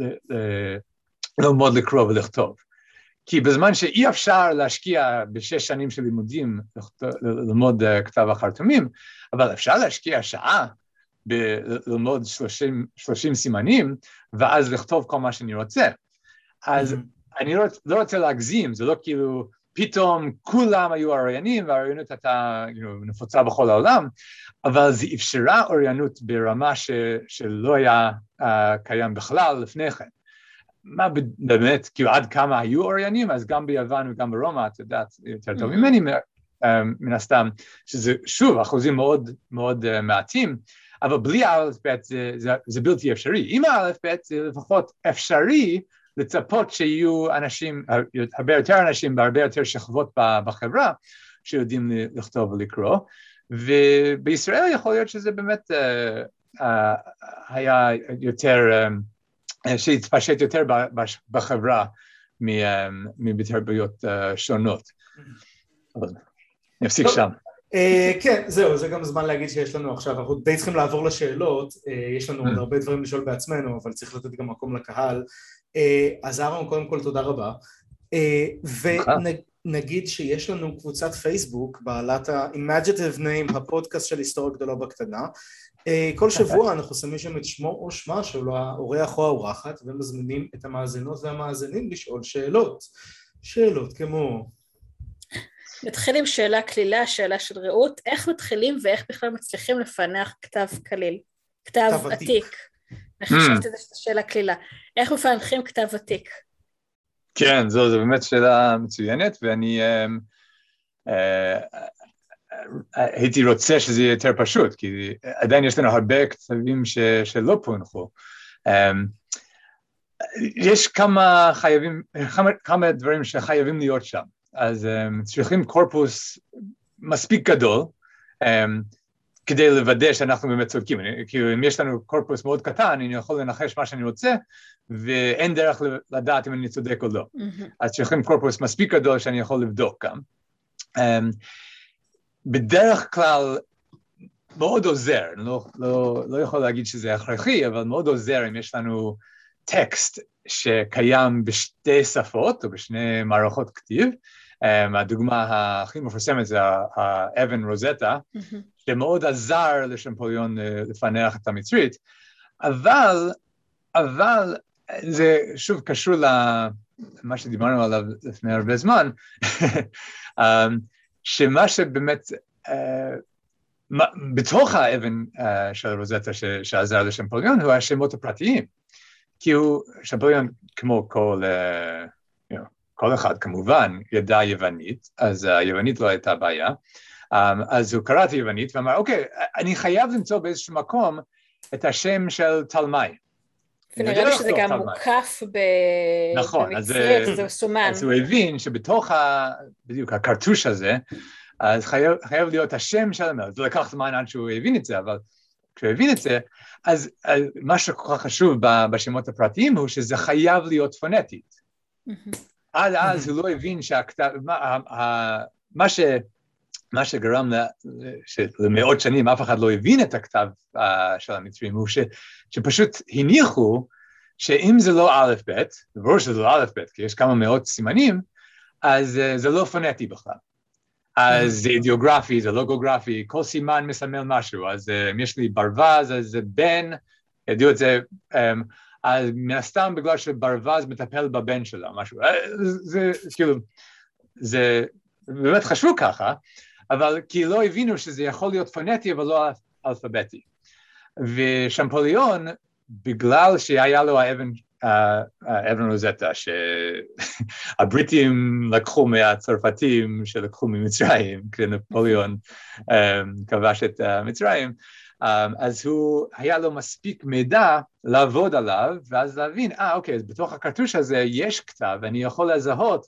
Speaker 2: ללמוד לקרוא ולכתוב. כי בזמן שאי אפשר להשקיע בשש שנים של לימודים ללמוד כתב החרטומים, אבל אפשר להשקיע שעה בללמוד שלושים סימנים, ואז לכתוב כל מה שאני רוצה. אז אני לא רוצה להגזים, זה לא כאילו, פתאום כולם היו אוריינים, והאוריינות הייתה נפוצה בכל העולם, אבל זה אפשרה אוריינות ברמה שלא היה קיים בכלל לפני כן. מה באמת, כאילו עד כמה היו אוריינים, אז גם ביוון וגם ברומא, את יודעת, יותר טוב ממני, מן הסתם, שזה שוב, אחוזים מאוד מאוד מעטים, אבל בלי האלף בית זה, זה, זה בלתי אפשרי. עם האלף בית זה לפחות אפשרי לצפות שיהיו אנשים, הרבה יותר אנשים בהרבה יותר שכבות בחברה, שיודעים לכתוב ולקרוא, ובישראל יכול להיות שזה באמת uh, uh, היה יותר, uh, שהתפשט יותר בחברה מבתרבויות uh, שונות. אבל נפסיק שם.
Speaker 3: Uh, כן, זהו, זה גם זמן להגיד שיש לנו עכשיו, אנחנו די צריכים לעבור לשאלות, uh, יש לנו עוד הרבה דברים לשאול בעצמנו, אבל צריך לתת גם מקום לקהל. Uh, אז אהרון, קודם כל תודה רבה. Uh, ונגיד שיש לנו קבוצת פייסבוק, בעלת ה-Imaginative Name, הפודקאסט של היסטוריה גדולה בקטנה. Uh, כל שבוע אנחנו שמים שם את שמו או שמה של האורח או האורחת, ומזמינים את המאזינות והמאזינים לשאול שאלות. שאלות כמו...
Speaker 1: נתחיל עם שאלה כלילה, שאלה של רעות, איך מתחילים ואיך בכלל מצליחים לפענח כתב כליל, כתב עתיק. אני חשבתי שזו שאלה כלילה. איך מפענחים כתב עתיק?
Speaker 2: כן, זו, זו באמת שאלה מצוינת, ואני הייתי רוצה שזה יהיה יותר פשוט, כי עדיין יש לנו הרבה כתבים שלא פוענחו. יש כמה חייבים, כמה דברים שחייבים להיות שם. אז um, צריכים קורפוס מספיק גדול, um, כדי לוודא שאנחנו באמת צודקים. כאילו, אם יש לנו קורפוס מאוד קטן, אני יכול לנחש מה שאני רוצה, ואין דרך לדעת אם אני צודק או לא. Mm-hmm. אז צריכים קורפוס מספיק גדול שאני יכול לבדוק גם. Um, בדרך כלל, מאוד עוזר, אני לא, לא, לא יכול להגיד שזה הכרחי, אבל מאוד עוזר אם יש לנו טקסט שקיים בשתי שפות, או בשני מערכות כתיב. Um, הדוגמה הכי מפורסמת זה האבן רוזטה, mm-hmm. שמאוד עזר לשמפוליון uh, לפענח את המצרית, אבל, אבל זה שוב קשור למה שדיברנו עליו לפני הרבה זמן, um, שמה שבאמת, uh, מה, בתוך האבן uh, של רוזטה ש, שעזר לשמפוליון הוא השמות הפרטיים, כי הוא, שמפוליון כמו כל... Uh, you know, כל אחד כמובן ידע יוונית, אז היוונית לא הייתה בעיה, אז הוא קרא את היוונית ואמר, אוקיי, אני חייב למצוא באיזשהו מקום את השם של תלמי.
Speaker 1: ונראה לי שזה גם מוקף במצרית, זה סומן.
Speaker 2: אז הוא הבין שבתוך בדיוק הקרטוש הזה, אז חייב להיות השם של המלך, זה לקח זמן עד שהוא הבין את זה, אבל כשהוא הבין את זה, אז מה שכל כך חשוב בשמות הפרטיים הוא שזה חייב להיות פונטית. עד אז הוא לא הבין שהכתב, מה, מה, ש, מה שגרם למאות שנים אף אחד לא הבין את הכתב של המצרים, הוא ש, שפשוט הניחו שאם זה לא א' ב', ברור שזה לא א' ב', כי יש כמה מאות סימנים, אז זה לא פונטי בכלל. אז זה אידיאוגרפי, זה לוגוגרפי, כל סימן מסמל משהו, אז אם יש לי ברווז, אז זה בן, ידעו את זה, אז מן הסתם בגלל שברווז מטפל בבן שלה, משהו, זה כאילו, זה באמת חשוב ככה, אבל כי לא הבינו שזה יכול להיות פונטי, אבל לא אלפביתי. ושמפוליון, בגלל שהיה לו האבן, האבן רוזטה, שהבריטים לקחו מהצרפתים שלקחו ממצרים, כשנפוליאון כבש את מצרים, אז הוא, היה לו מספיק מידע לעבוד עליו, ואז להבין, אה, אוקיי, אז בתוך הקרטוש הזה יש כתב, ואני יכול לזהות,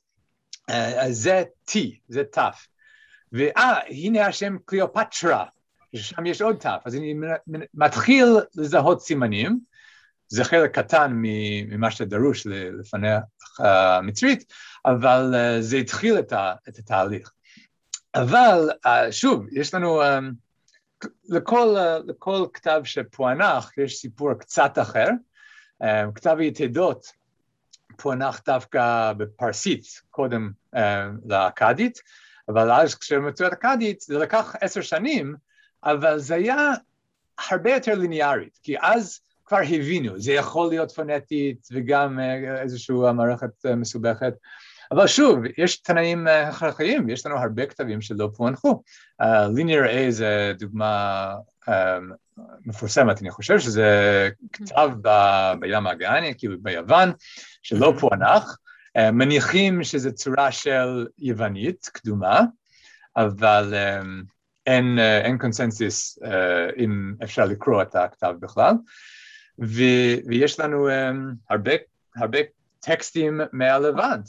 Speaker 2: זה T, זה תף. ואה, הנה השם קליאופטרה, ששם יש עוד תף, אז אני מתחיל לזהות סימנים, זה חלק קטן ממה שדרוש לפענח המצרית, אבל זה התחיל את התהליך. אבל, שוב, יש לנו לכל, לכל כתב שפוענח יש סיפור קצת אחר, כתב יתדות פוענח דווקא בפרסית, קודם לאכדית, אבל אז כשמצאו את האכדית זה לקח עשר שנים, אבל זה היה הרבה יותר ליניארית, כי אז כבר הבינו, זה יכול להיות פונטית וגם איזושהי מערכת מסובכת, אבל שוב, יש תנאים הכרחיים, יש לנו הרבה כתבים שלא פוענחו. ליניאר A זה דוגמה מפורסמת, אני חושב שזה כתב בים האגני, כאילו ביוון, שלא פוענח, מניחים שזה צורה של יוונית, קדומה, אבל אין, אין קונסנזוס אם אפשר לקרוא את הכתב בכלל, ו, ויש לנו הרבה, הרבה טקסטים מהלבנט,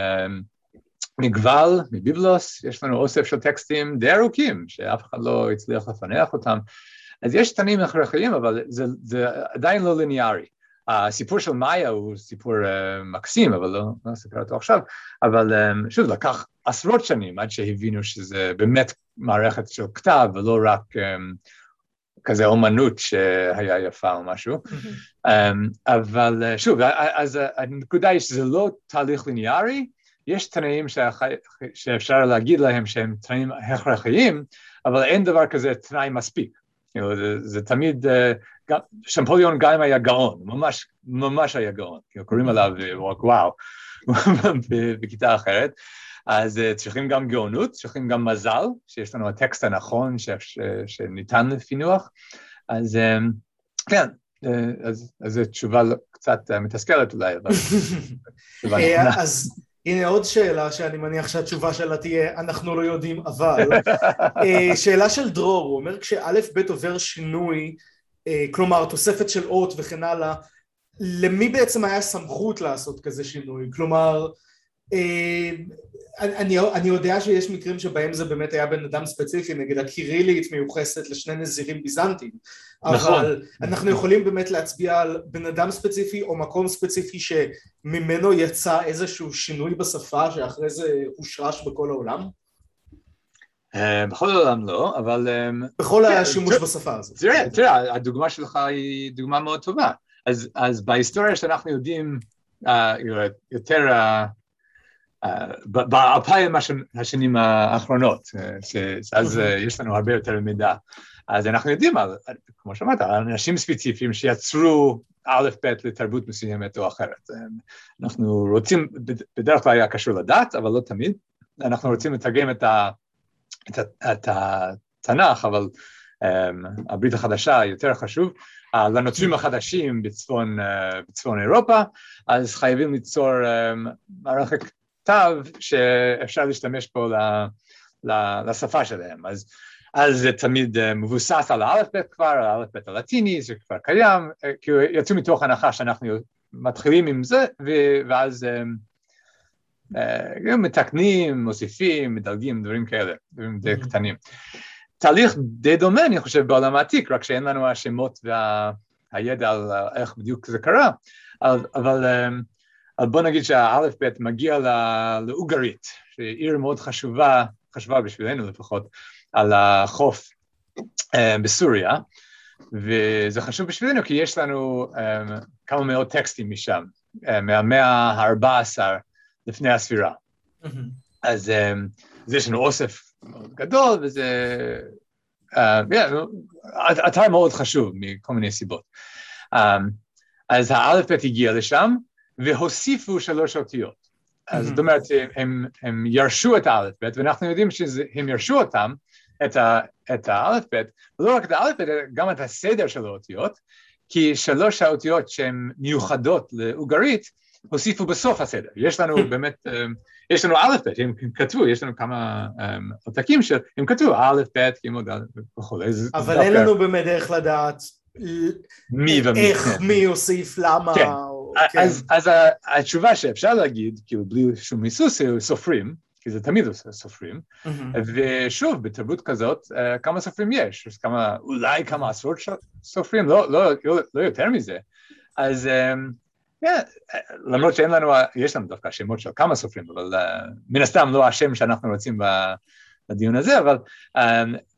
Speaker 2: מגבל, מביבלוס, יש לנו אוסף של טקסטים די ארוכים, שאף אחד לא הצליח לפענח אותם, אז יש תנאים הכרחיים, אבל זה, זה עדיין לא ליניארי. הסיפור של מאיה הוא סיפור uh, מקסים, אבל לא, לא אספר אותו עכשיו, אבל um, שוב, לקח עשרות שנים עד שהבינו שזה באמת מערכת של כתב, ולא רק um, כזה אומנות שהיה יפה או משהו, mm-hmm. um, אבל uh, שוב, אז הנקודה היא שזה לא תהליך ליניארי, יש תנאים שאח... שאפשר להגיד להם שהם תנאים הכרחיים, אבל אין דבר כזה תנאי מספיק. זה, זה תמיד, גם, שמפוליון גם היה גאון, ממש, ממש היה גאון, קוראים עליו וואו, בכיתה אחרת, אז צריכים גם גאונות, צריכים גם מזל, שיש לנו הטקסט הנכון ש, ש, שניתן לפינוח, אז כן, אז, אז זו תשובה קצת מתסכלת אולי, אבל תשובה נכונה.
Speaker 3: אז הנה עוד שאלה שאני מניח שהתשובה שלה תהיה, אנחנו לא יודעים, אבל שאלה של דרור, הוא אומר כשאלף בית עובר שינוי, כלומר תוספת של אות וכן הלאה, למי בעצם היה סמכות לעשות כזה שינוי? כלומר, אני, אני יודע שיש מקרים שבהם זה באמת היה בן אדם ספציפי, נגיד הקירילית מיוחסת לשני נזירים ביזנטיים,
Speaker 2: נכון.
Speaker 3: אבל אנחנו יכולים באמת להצביע על בן אדם ספציפי או מקום ספציפי שממנו יצא איזשהו שינוי בשפה שאחרי זה הושרש בכל העולם?
Speaker 2: בכל העולם לא, אבל...
Speaker 3: בכל השימוש בשפה הזאת.
Speaker 2: תראה, תראה, הדוגמה שלך היא דוגמה מאוד טובה. אז, אז בהיסטוריה שאנחנו יודעים יותר... באלפיים השנים האחרונות, אז יש לנו הרבה יותר מידע. אז אנחנו יודעים, כמו שאמרת, אנשים ספציפיים שיצרו א' ב' לתרבות מסוימת או אחרת. אנחנו רוצים, בדרך כלל היה קשור לדת, אבל לא תמיד. אנחנו רוצים לתרגם את, ה, את, ה, את התנ"ך, אבל um, הברית החדשה יותר חשוב. Uh, לנוצרים החדשים בצפון, uh, בצפון אירופה, אז חייבים ליצור um, מערכת כתב שאפשר להשתמש פה לשפה שלהם. אז, אז זה תמיד מבוסס על האלף בית כבר, על האלף בית הלטיני, זה כבר קיים, כי יצאו מתוך הנחה שאנחנו מתחילים עם זה, ואז מתקנים, מוסיפים, מדלגים, דברים כאלה, דברים די קטנים. תהליך די דומה, אני חושב, בעולם העתיק, רק שאין לנו השמות והידע על איך בדיוק זה קרה, אבל... אבל בוא נגיד שהאלף בית מגיע לאוגרית, שהיא עיר מאוד חשובה, חשובה בשבילנו לפחות, על החוף בסוריה, וזה חשוב בשבילנו כי יש לנו כמה מאות טקסטים משם, מהמאה ה-ארבע עשרה לפני הספירה. אז יש לנו אוסף מאוד גדול, וזה אתר מאוד חשוב מכל מיני סיבות. אז האלף בית הגיע לשם, והוסיפו שלוש אותיות. אז זאת אומרת, הם, הם ירשו את האלף בית, ואנחנו יודעים שהם ירשו אותם, את, ה, את האלף בית, ולא רק את האלף בית, גם את הסדר של האותיות, כי שלוש האותיות שהן מיוחדות לאוגרית, הוסיפו בסוף הסדר. יש לנו באמת, יש לנו אלף בית, הם כתבו, יש לנו כמה עותקים שהם כתבו, אלף בית, כימוד, וכו'.
Speaker 3: אבל אין לנו באמת איך לדעת
Speaker 2: מי ומי.
Speaker 3: איך, מי יוסיף, למה...
Speaker 2: כן. אז, אז התשובה שאפשר להגיד, כאילו בלי שום מיסוס, סופרים, כי זה תמיד סופרים, ושוב, בתרבות כזאת, כמה סופרים יש? יש כמה, אולי כמה עשרות סופרים, לא, לא, לא יותר מזה. אז למרות שאין לנו, יש לנו דווקא שמות של כמה סופרים, אבל מן הסתם לא השם שאנחנו רוצים בדיון הזה, אבל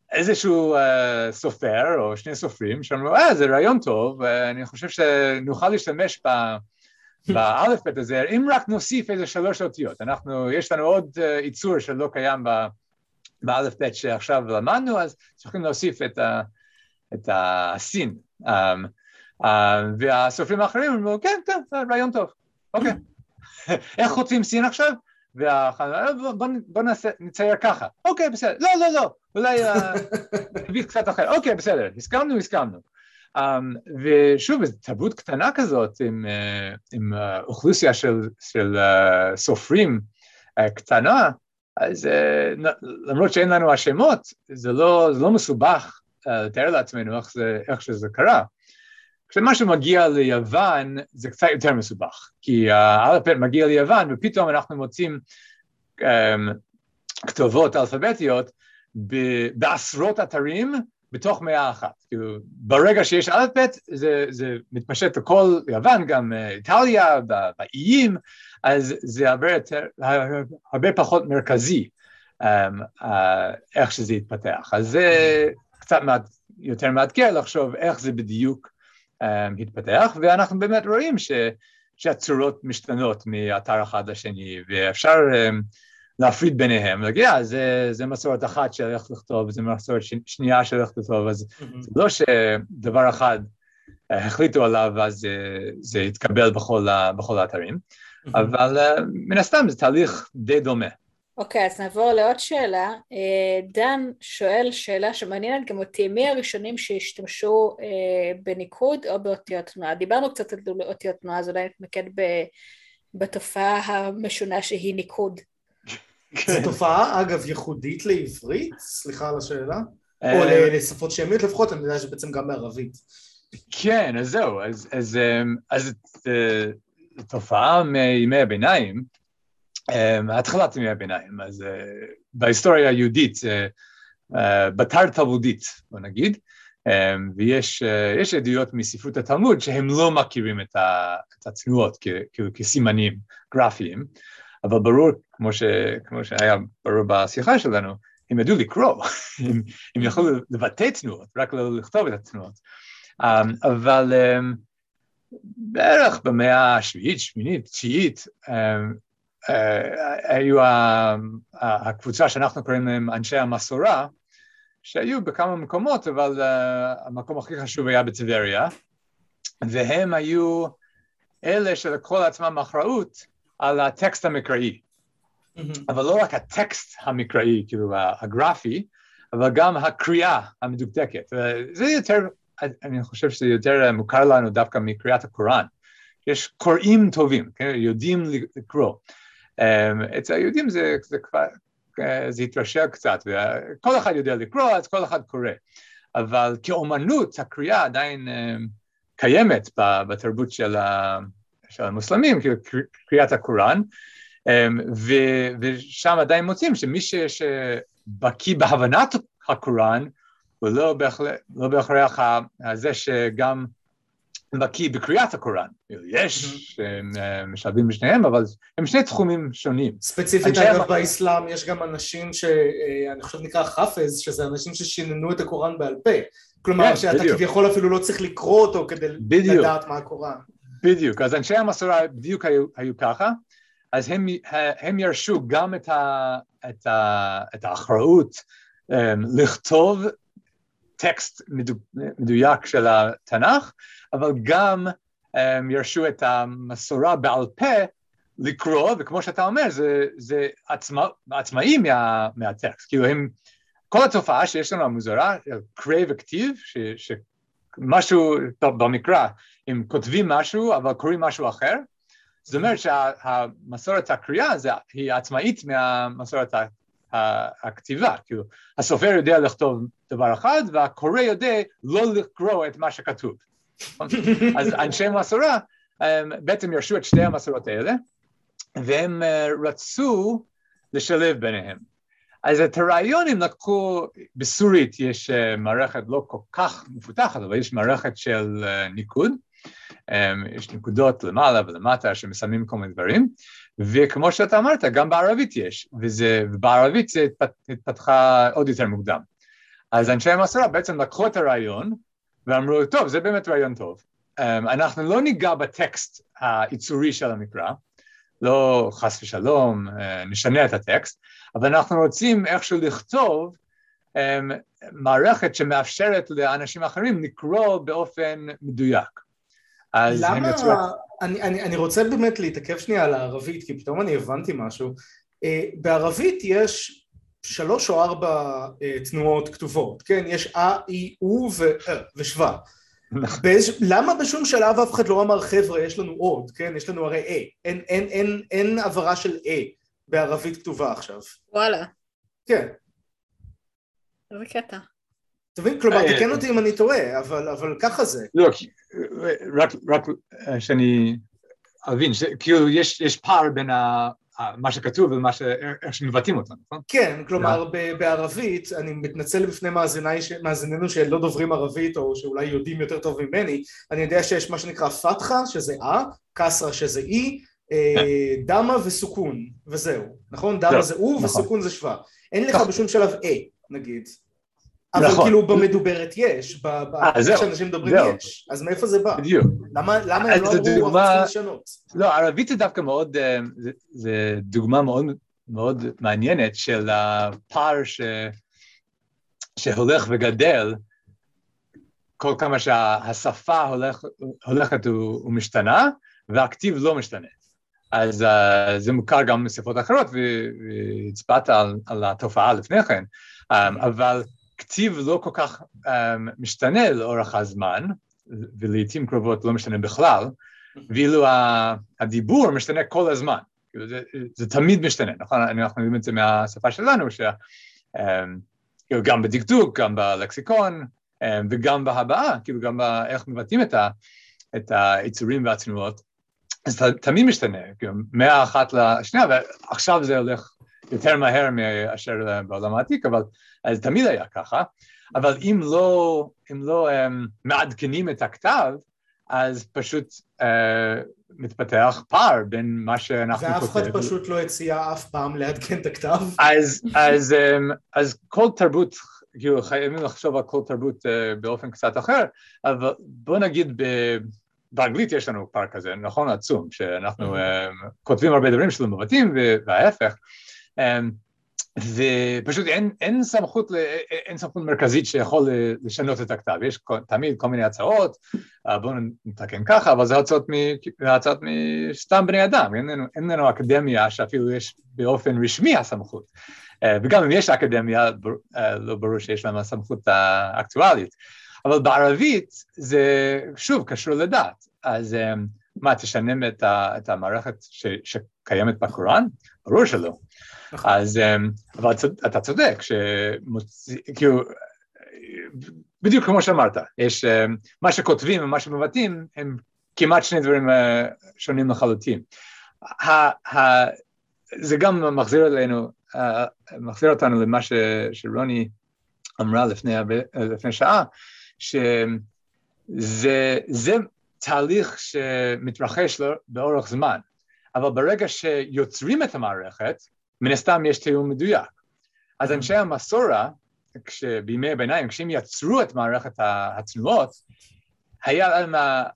Speaker 2: איזשהו uh, סופר או שני סופרים שאמרו, אה, זה רעיון טוב, ואני חושב שנוכל להשתמש ב... באלף-בית הזה, אם רק נוסיף איזה שלוש אותיות, אנחנו, יש לנו עוד uh, ייצור שלא קיים באלף-בית שעכשיו למדנו, אז צריכים להוסיף את, ה, את הסין. Um, uh, והסופרים האחרים אמרו, כן, כן, זה רעיון טוב, אוקיי. איך חוצים סין עכשיו? בוא, בוא נעשה, נצייר ככה, אוקיי, בסדר, לא, לא, לא, אולי נביא קצת אחר, אוקיי, בסדר, הסכמנו, הסכמנו. Um, ושוב, זו תרבות קטנה כזאת, עם, uh, עם uh, אוכלוסייה של, של uh, סופרים uh, קטנה, אז uh, למרות שאין לנו השמות, זה לא, זה לא מסובך uh, לתאר לעצמנו איך, זה, איך שזה קרה. כשמשהו מגיע ליוון, זה קצת יותר מסובך, כי האלף-בית מגיע ליוון, ופתאום אנחנו מוצאים um, כתובות אלפביתיות בעשרות אתרים, בתוך מאה אחת. כאילו, ברגע שיש אלף-בית, זה, זה מתפשט לכל יוון, גם איטליה, באיים, אז זה הרבה, יותר, הרבה פחות מרכזי, איך שזה יתפתח. אז זה קצת יותר מאתגר לחשוב איך זה בדיוק התפתח, ואנחנו באמת רואים ש, שהצורות משתנות מאתר אחד לשני, ואפשר להפריד ביניהם, להגיד, זה, זה מסורת אחת שהולכת לכתוב, זה מסורת שנייה שהולכת לכתוב, אז mm-hmm. זה לא שדבר אחד החליטו עליו, אז זה, זה יתקבל בכל, בכל האתרים, mm-hmm. אבל מן הסתם זה תהליך די דומה.
Speaker 1: אוקיי, okay, אז נעבור לעוד שאלה. דן שואל שאלה שמעניינת גם אותי, מי הראשונים שהשתמשו בניקוד או באותיות תנועה? דיברנו קצת על אותיות תנועה, אז אולי נתמקד בתופעה המשונה שהיא ניקוד.
Speaker 3: זו תופעה, אגב, ייחודית לעברית? סליחה על השאלה. או לשפות שמיות לפחות, אני יודע שבעצם גם בערבית.
Speaker 2: כן, אז זהו. אז תופעה מימי הביניים, התחלת ימי הביניים, אז בהיסטוריה היהודית, בתר תלמודית, בוא נגיד, ויש עדויות מספרות התלמוד שהם לא מכירים את התנועות כסימנים גרפיים, אבל ברור, כמו, ש, כמו שהיה ברור בשיחה שלנו, הם ידעו לקרוא, הם, הם יכולו לבטא תנועות, רק לא לכתוב את התנועות. Um, אבל um, בערך במאה השביעית, שמינית, תשיעית, um, uh, היו ה, הקבוצה שאנחנו קוראים להם אנשי המסורה, שהיו בכמה מקומות, אבל uh, המקום הכי חשוב היה בטבריה, והם היו אלה שלקחו לעצמם אחריות, על הטקסט המקראי, mm-hmm. אבל לא רק הטקסט המקראי, כאילו הגרפי, אבל גם הקריאה המדוקדקת. זה יותר, אני חושב שזה יותר מוכר לנו דווקא מקריאת הקוראן. יש קוראים טובים, יודעים לקרוא. אצל היהודים זה, זה כבר, זה התרשל קצת, וכל אחד יודע לקרוא, אז כל אחד קורא. אבל כאומנות, הקריאה עדיין קיימת בתרבות של ה... של המוסלמים, קריאת הקוראן, ושם עדיין מוצאים שמי שבקיא בהבנת הקוראן, הוא לא בהכרח זה שגם בקיא בקריאת הקוראן. יש משלבים בשניהם, אבל הם שני תחומים שונים.
Speaker 3: ספציפית אגב באסלאם, יש גם אנשים שאני חושב נקרא חפז, שזה אנשים ששיננו את הקוראן בעל פה. כלומר, שאתה כביכול אפילו לא צריך לקרוא אותו כדי לדעת מה הקוראן.
Speaker 2: בדיוק, אז אנשי המסורה בדיוק היו, היו ככה, אז הם, הם ירשו גם את, ה, את, ה, את האחריות um, לכתוב טקסט מדו, מדויק של התנ"ך, אבל גם um, ירשו את המסורה בעל פה לקרוא, וכמו שאתה אומר, זה, זה עצמא, עצמאי מה, מהטקסט, כאילו הם, כל התופעה שיש לנו המוזרה, קרא וכתיב, ש, שמשהו במקרא, הם כותבים משהו, אבל קוראים משהו אחר, זאת אומרת שהמסורת הקריאה היא עצמאית מהמסורת הכתיבה, כאילו, הסופר יודע לכתוב דבר אחד, והקורא יודע לא לקרוא את מה שכתוב. אז אנשי מסורה בעצם ירשו את שתי המסורות האלה, והם רצו לשלב ביניהם. אז את הרעיון הם לקחו, בסורית יש מערכת לא כל כך מפותחת, אבל יש מערכת של ניקוד, יש נקודות למעלה ולמטה שמסמנים כל מיני דברים, וכמו שאתה אמרת, גם בערבית יש, וזה, ובערבית זה התפתחה עוד יותר מוקדם. אז אנשי המסורה בעצם לקחו את הרעיון, ואמרו, טוב, זה באמת רעיון טוב. אנחנו לא ניגע בטקסט העיצורי של המקרא, לא חס ושלום, נשנה את הטקסט, אבל אנחנו רוצים איכשהו לכתוב מערכת שמאפשרת לאנשים אחרים לקרוא באופן מדויק.
Speaker 3: למה? אני, אני, אני רוצה באמת להתעכב שנייה על הערבית, כי פתאום אני הבנתי משהו. בערבית יש שלוש או ארבע תנועות כתובות, כן? יש אה, אי, או ושווה. למה בשום שלב אף אחד לא אמר חבר'ה, יש לנו עוד, כן? יש לנו הרי אה. אין, אין, אין, אין עברה של אה בערבית כתובה עכשיו.
Speaker 1: וואלה.
Speaker 3: כן.
Speaker 1: זה קטע.
Speaker 3: תבין, כלומר, תקן אותי אם אני טועה, אבל, אבל ככה זה.
Speaker 2: לא, רק, רק שאני אבין, כאילו יש, יש פער בין ה... מה שכתוב ומה ש... איך שמבטאים אותנו, נכון?
Speaker 3: כן, כלומר, בערבית, אני מתנצל בפני מאזיננו שלא דוברים ערבית, או שאולי יודעים יותר טוב ממני, אני יודע שיש מה שנקרא פתחה, שזה אה, קסרה, שזה אי, דמה וסוכון, וזהו, נכון? דמה זה או וסוכון זה שווה. אין לך בשום שלב אה, נגיד. אבל כאילו במדוברת יש, איך שאנשים מדברים יש, אז מאיפה זה בא?
Speaker 2: בדיוק.
Speaker 3: למה הם לא אמרו אבל צריכים לשנות?
Speaker 2: לא, ערבית זה דווקא מאוד, זה דוגמה מאוד מעניינת של הפער שהולך וגדל, כל כמה שהשפה הולכת ומשתנה, והכתיב לא משתנה. אז זה מוכר גם בשפות אחרות, והצבעת על התופעה לפני כן, אבל כתיב לא כל כך um, משתנה לאורך הזמן, ולעיתים קרובות לא משתנה בכלל, ואילו הדיבור משתנה כל הזמן. זה, זה תמיד משתנה, נכון? אנחנו יודעים את זה מהשפה שלנו, ש, um, גם בדקדוק, גם בלקסיקון, um, וגם בהבעה, כאילו גם באיך מבטאים את, ה, את היצורים והצנועות, אז תמיד משתנה, כאילו, מהאחת לשנייה, ועכשיו זה הולך יותר מהר מאשר בעולם העתיק, אבל אז תמיד היה ככה, אבל אם לא, אם לא um, מעדכנים את הכתב, אז פשוט uh, מתפתח פער בין מה שאנחנו
Speaker 3: ואף אחד פשוט לא הציע אף פעם לעדכן את הכתב.
Speaker 2: אז, אז, um, אז כל תרבות, כאילו חייבים לחשוב על כל תרבות uh, באופן קצת אחר, אבל בוא נגיד ב... באנגלית יש לנו פער כזה, נכון, עצום, שאנחנו uh, כותבים הרבה דברים שלנו מבטאים, וההפך, um, ופשוט אין, אין סמכות, אין סמכות מרכזית שיכול לשנות את הכתב, יש תמיד כל מיני הצעות, בואו נתקן ככה, אבל זה הצעות, מ, הצעות מסתם בני אדם, אין לנו, אין לנו אקדמיה שאפילו יש באופן רשמי הסמכות, וגם אם יש אקדמיה, לא ברור שיש לנו הסמכות האקטואלית, אבל בערבית זה שוב קשור לדעת, אז מה, תשנם את, את המערכת ש, שקיימת בקוראן? ברור שלא. אז, אבל אתה צודק, כאילו, בדיוק כמו שאמרת, יש, מה שכותבים ומה שמבטאים, הם כמעט שני דברים שונים לחלוטין. זה גם מחזיר אלינו, מחזיר אותנו למה שרוני אמרה לפני, לפני שעה, שזה תהליך שמתרחש באורך זמן, אבל ברגע שיוצרים את המערכת, מן הסתם יש תיאום מדויק. אז אנשי המסורה, בימי הביניים, כשהם יצרו את מערכת התנועות, היה להם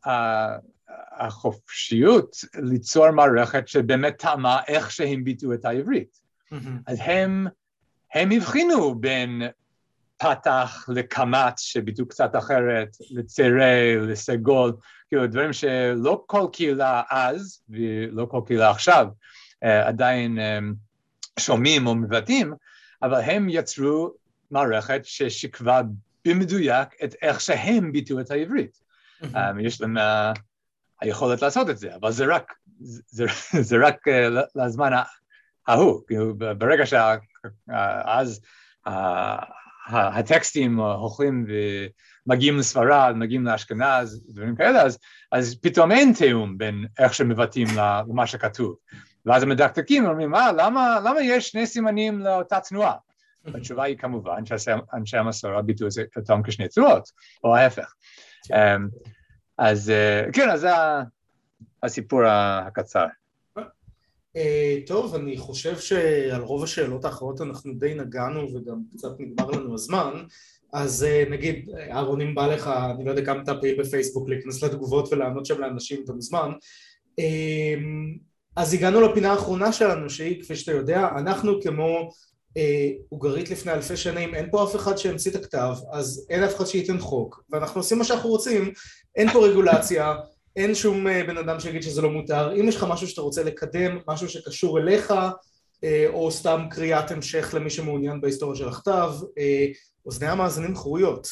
Speaker 2: החופשיות ליצור מערכת שבאמת טעמה איך שהם ביטאו את העברית. אז הם, הם הבחינו בין פתח לקמת שביטאו קצת אחרת, לצירי, לסגול, כאילו דברים שלא כל קהילה אז, ולא כל קהילה עכשיו, עדיין שומעים או מבטאים, אבל הם יצרו מערכת ששיקבה במדויק את איך שהם ביטאו את העברית. יש להם היכולת לעשות את זה, אבל זה רק, זה, זה רק לזמן ההוא, ברגע שאז הטקסטים הולכים ומגיעים לספרד, מגיעים לאשכנז, דברים כאלה, אז, אז פתאום אין תיאום בין איך שמבטאים למה שכתוב. ואז המדקדקים אומרים, אה, למה, למה יש שני סימנים לאותה תנועה? התשובה היא כמובן שאנשי המסורה ביטאו אותם כשני צורות, או ההפך. אז כן, אז זה הסיפור הקצר.
Speaker 3: טוב, אני חושב שעל רוב השאלות האחרות אנחנו די נגענו וגם קצת נגמר לנו הזמן, אז נגיד, אהרון, אם בא לך, אני לא יודע כמה אתה פעיל בפייסבוק, להיכנס לתגובות ולענות שם לאנשים, אתה מוזמן. אז הגענו לפינה האחרונה שלנו, שהיא, כפי שאתה יודע, אנחנו כמו אוגרית לפני אלפי שנים, אין פה אף אחד שהמציא את הכתב, אז אין אף אחד שייתן חוק, ואנחנו עושים מה שאנחנו רוצים, אין פה רגולציה, אין שום בן אדם שיגיד שזה לא מותר. אם יש לך משהו שאתה רוצה לקדם, משהו שקשור אליך, או סתם קריאת המשך למי שמעוניין בהיסטוריה של הכתב, אוזני המאזינים חרויות.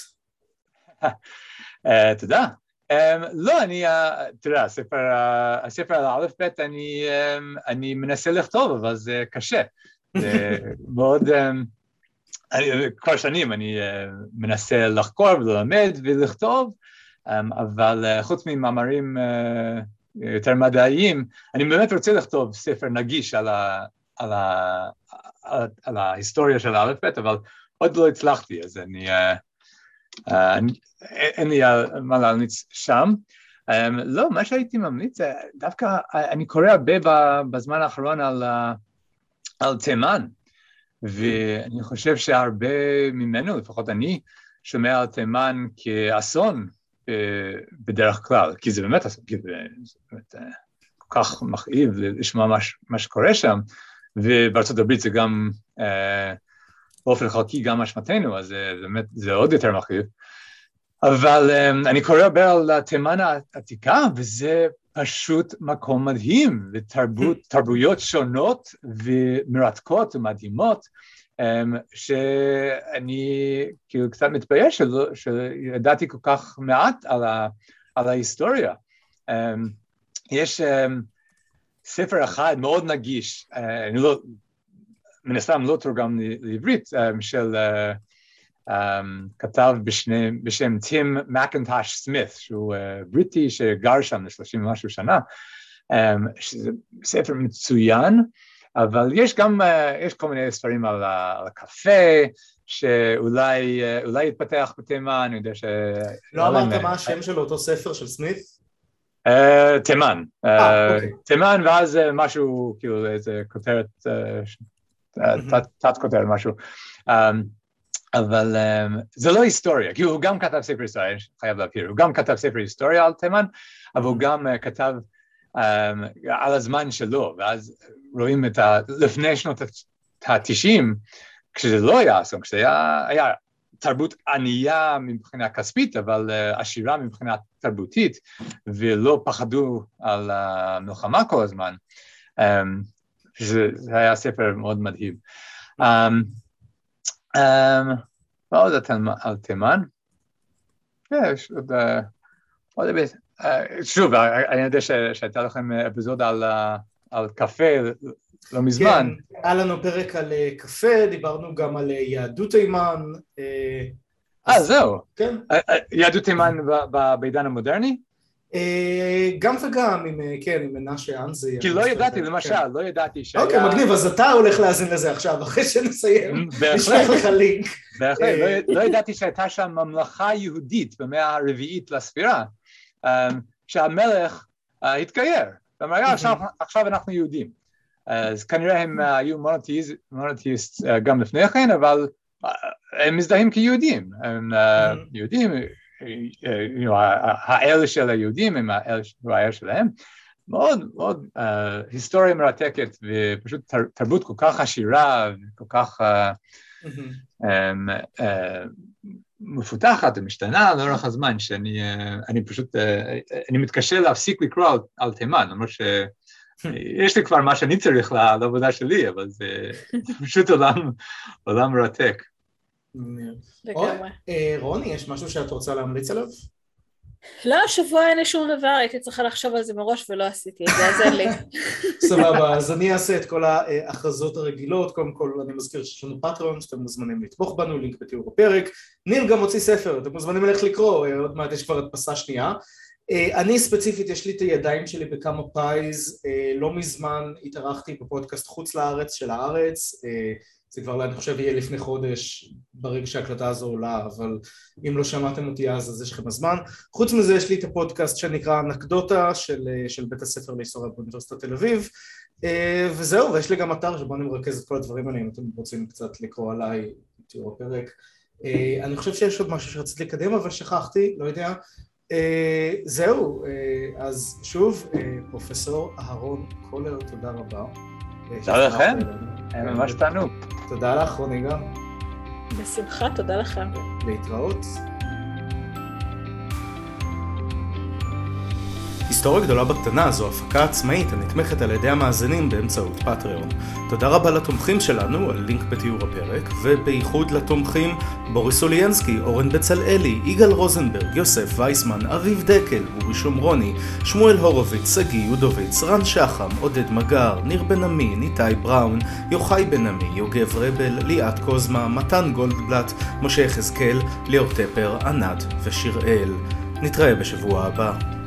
Speaker 2: תודה. לא, אני, תראה, הספר על האלף בית, אני מנסה לכתוב, אבל זה קשה. זה מאוד, כבר שנים אני מנסה לחקור וללמד ולכתוב, אבל חוץ ממאמרים יותר מדעיים, אני באמת רוצה לכתוב ספר נגיש על ה... על, ה, על, על ההיסטוריה של האלף בית, אבל עוד לא הצלחתי, אז אני, uh, uh, אני אין לי מה להמליץ שם. Um, לא, מה שהייתי ממליץ, דווקא אני קורא הרבה בזמן האחרון על, uh, על תימן, ואני חושב שהרבה ממנו, לפחות אני, שומע על תימן כאסון בדרך כלל, כי זה באמת אסון, כי זה באמת uh, כל כך מכאיב לשמוע מה, מה שקורה שם, ובארצות הברית זה גם, אה, באופן חלקי גם אשמתנו, אז זה, באמת, זה עוד יותר מכאיב. אבל אה, אני קורא הרבה על תימן העתיקה, וזה פשוט מקום מדהים, ותרבות, תרבויות שונות ומרתקות ומדהימות, אה, שאני כאילו קצת מתבייש שלא, שידעתי כל כך מעט על, ה, על ההיסטוריה. אה, יש... אה, ספר אחד מאוד נגיש, אני לא, מן הסתם לא תורגם לעברית, של כתב בשם טים מקינטוש סמית, שהוא בריטי שגר שם לשלושים ומשהו שנה, שזה ספר מצוין, אבל יש גם, יש כל מיני ספרים על הקפה, שאולי אולי יתפתח בתימן, אני יודע ש...
Speaker 3: לא אמרת מה השם של אותו ספר של סמית?
Speaker 2: תימן, תימן ואז משהו, כאילו איזה כותרת, תת כותרת משהו, אבל זה לא היסטוריה, כי הוא גם כתב ספר היסטוריה, אני חייב להכיר, הוא גם כתב ספר היסטוריה על תימן, אבל הוא גם כתב על הזמן שלו, ואז רואים את ה... לפני שנות ה-תשעים, כשזה לא היה אסון, כשזה היה תרבות ענייה מבחינה כספית, אבל עשירה מבחינה תרבותית, ולא פחדו על המלחמה כל הזמן. זה היה ספר מאוד מדהים. מה עוד על תימן? יש עוד... שוב, אני יודע שהייתה לכם אפיזודה על קפה לא מזמן.
Speaker 3: כן, היה לנו פרק על קפה, דיברנו גם על יהדות תימן.
Speaker 2: אה, זהו.
Speaker 3: כן.
Speaker 2: יהדות תימן בעידן המודרני?
Speaker 3: גם וגם, כן, עם מנשה אנזי.
Speaker 2: כי לא ידעתי, למשל, לא ידעתי שהיה...
Speaker 3: אוקיי, מגניב, אז אתה הולך להאזין לזה עכשיו, אחרי שנסיים, נשלח לך לינק.
Speaker 2: בהחלט, לא ידעתי שהייתה שם ממלכה יהודית במאה הרביעית לספירה, שהמלך התגייר, ואמר, עכשיו אנחנו יהודים. אז כנראה הם היו מונותאיסט גם לפני כן, אבל הם מזדהים כיהודים, הם יהודים, האל של היהודים הם האל שלהם, מאוד מאוד היסטוריה מרתקת, ופשוט תרבות כל כך עשירה, וכל כך מפותחת ומשתנה לאורך הזמן, שאני פשוט, אני מתקשה להפסיק לקרוא על תימן, למרות ש... יש לי כבר מה שאני צריך לעבודה שלי, אבל זה פשוט עולם, עולם מרתק.
Speaker 3: רוני, יש משהו שאת רוצה להמליץ עליו?
Speaker 1: לא, השבוע אין לי שום דבר, הייתי צריכה לחשוב על זה מראש ולא עשיתי את זה, אז אין לי.
Speaker 3: סבבה, אז אני אעשה את כל ההכרזות הרגילות, קודם כל אני מזכיר שיש לנו פטריון, שאתם מוזמנים לתמוך בנו, לינק בתיאור הפרק, ניר גם הוציא ספר, אתם מוזמנים ללכת לקרוא, עוד מעט יש כבר הדפסה שנייה. אני ספציפית, יש לי את הידיים שלי בכמה פייז, לא מזמן התארחתי בפודקאסט חוץ לארץ של הארץ, זה כבר אני חושב יהיה לפני חודש ברגע שההקלטה הזו עולה, אבל אם לא שמעתם אותי אז, אז יש לכם הזמן. חוץ מזה יש לי את הפודקאסט שנקרא אנקדוטה של, של בית הספר להיסטוריה באוניברסיטת תל אביב, וזהו, ויש לי גם אתר שבו אני מרכז את כל הדברים האלה, אם אתם רוצים קצת לקרוא עליי, תראו הפרק. אני חושב שיש עוד משהו שרציתי לקדם, אבל שכחתי, לא יודע. זהו, אז שוב, פרופסור אהרון קולר, תודה רבה.
Speaker 2: תודה לכם, היה ממש תענוג.
Speaker 3: תודה לך, רוני גם.
Speaker 1: בשמחה, תודה לכם.
Speaker 3: להתראות. היסטוריה גדולה בקטנה זו הפקה עצמאית הנתמכת על ידי המאזינים באמצעות פטריון. תודה רבה לתומכים שלנו, על לינק בתיאור הפרק, ובייחוד לתומכים בוריס אוליינסקי, אורן בצלאלי, יגאל רוזנברג, יוסף וייסמן, אביב דקל, אורי שומרוני, שמואל הורוביץ, סגי יודוביץ, רן שחם, עודד מגר, ניר בן עמי, ניתאי בראון, יוחאי בן עמי, יוגב רבל, ליאת קוזמה, מתן גולדבלט, משה יחזקאל, ליאור טפר, ענת ושיראל. נתראה בשבוע הבא.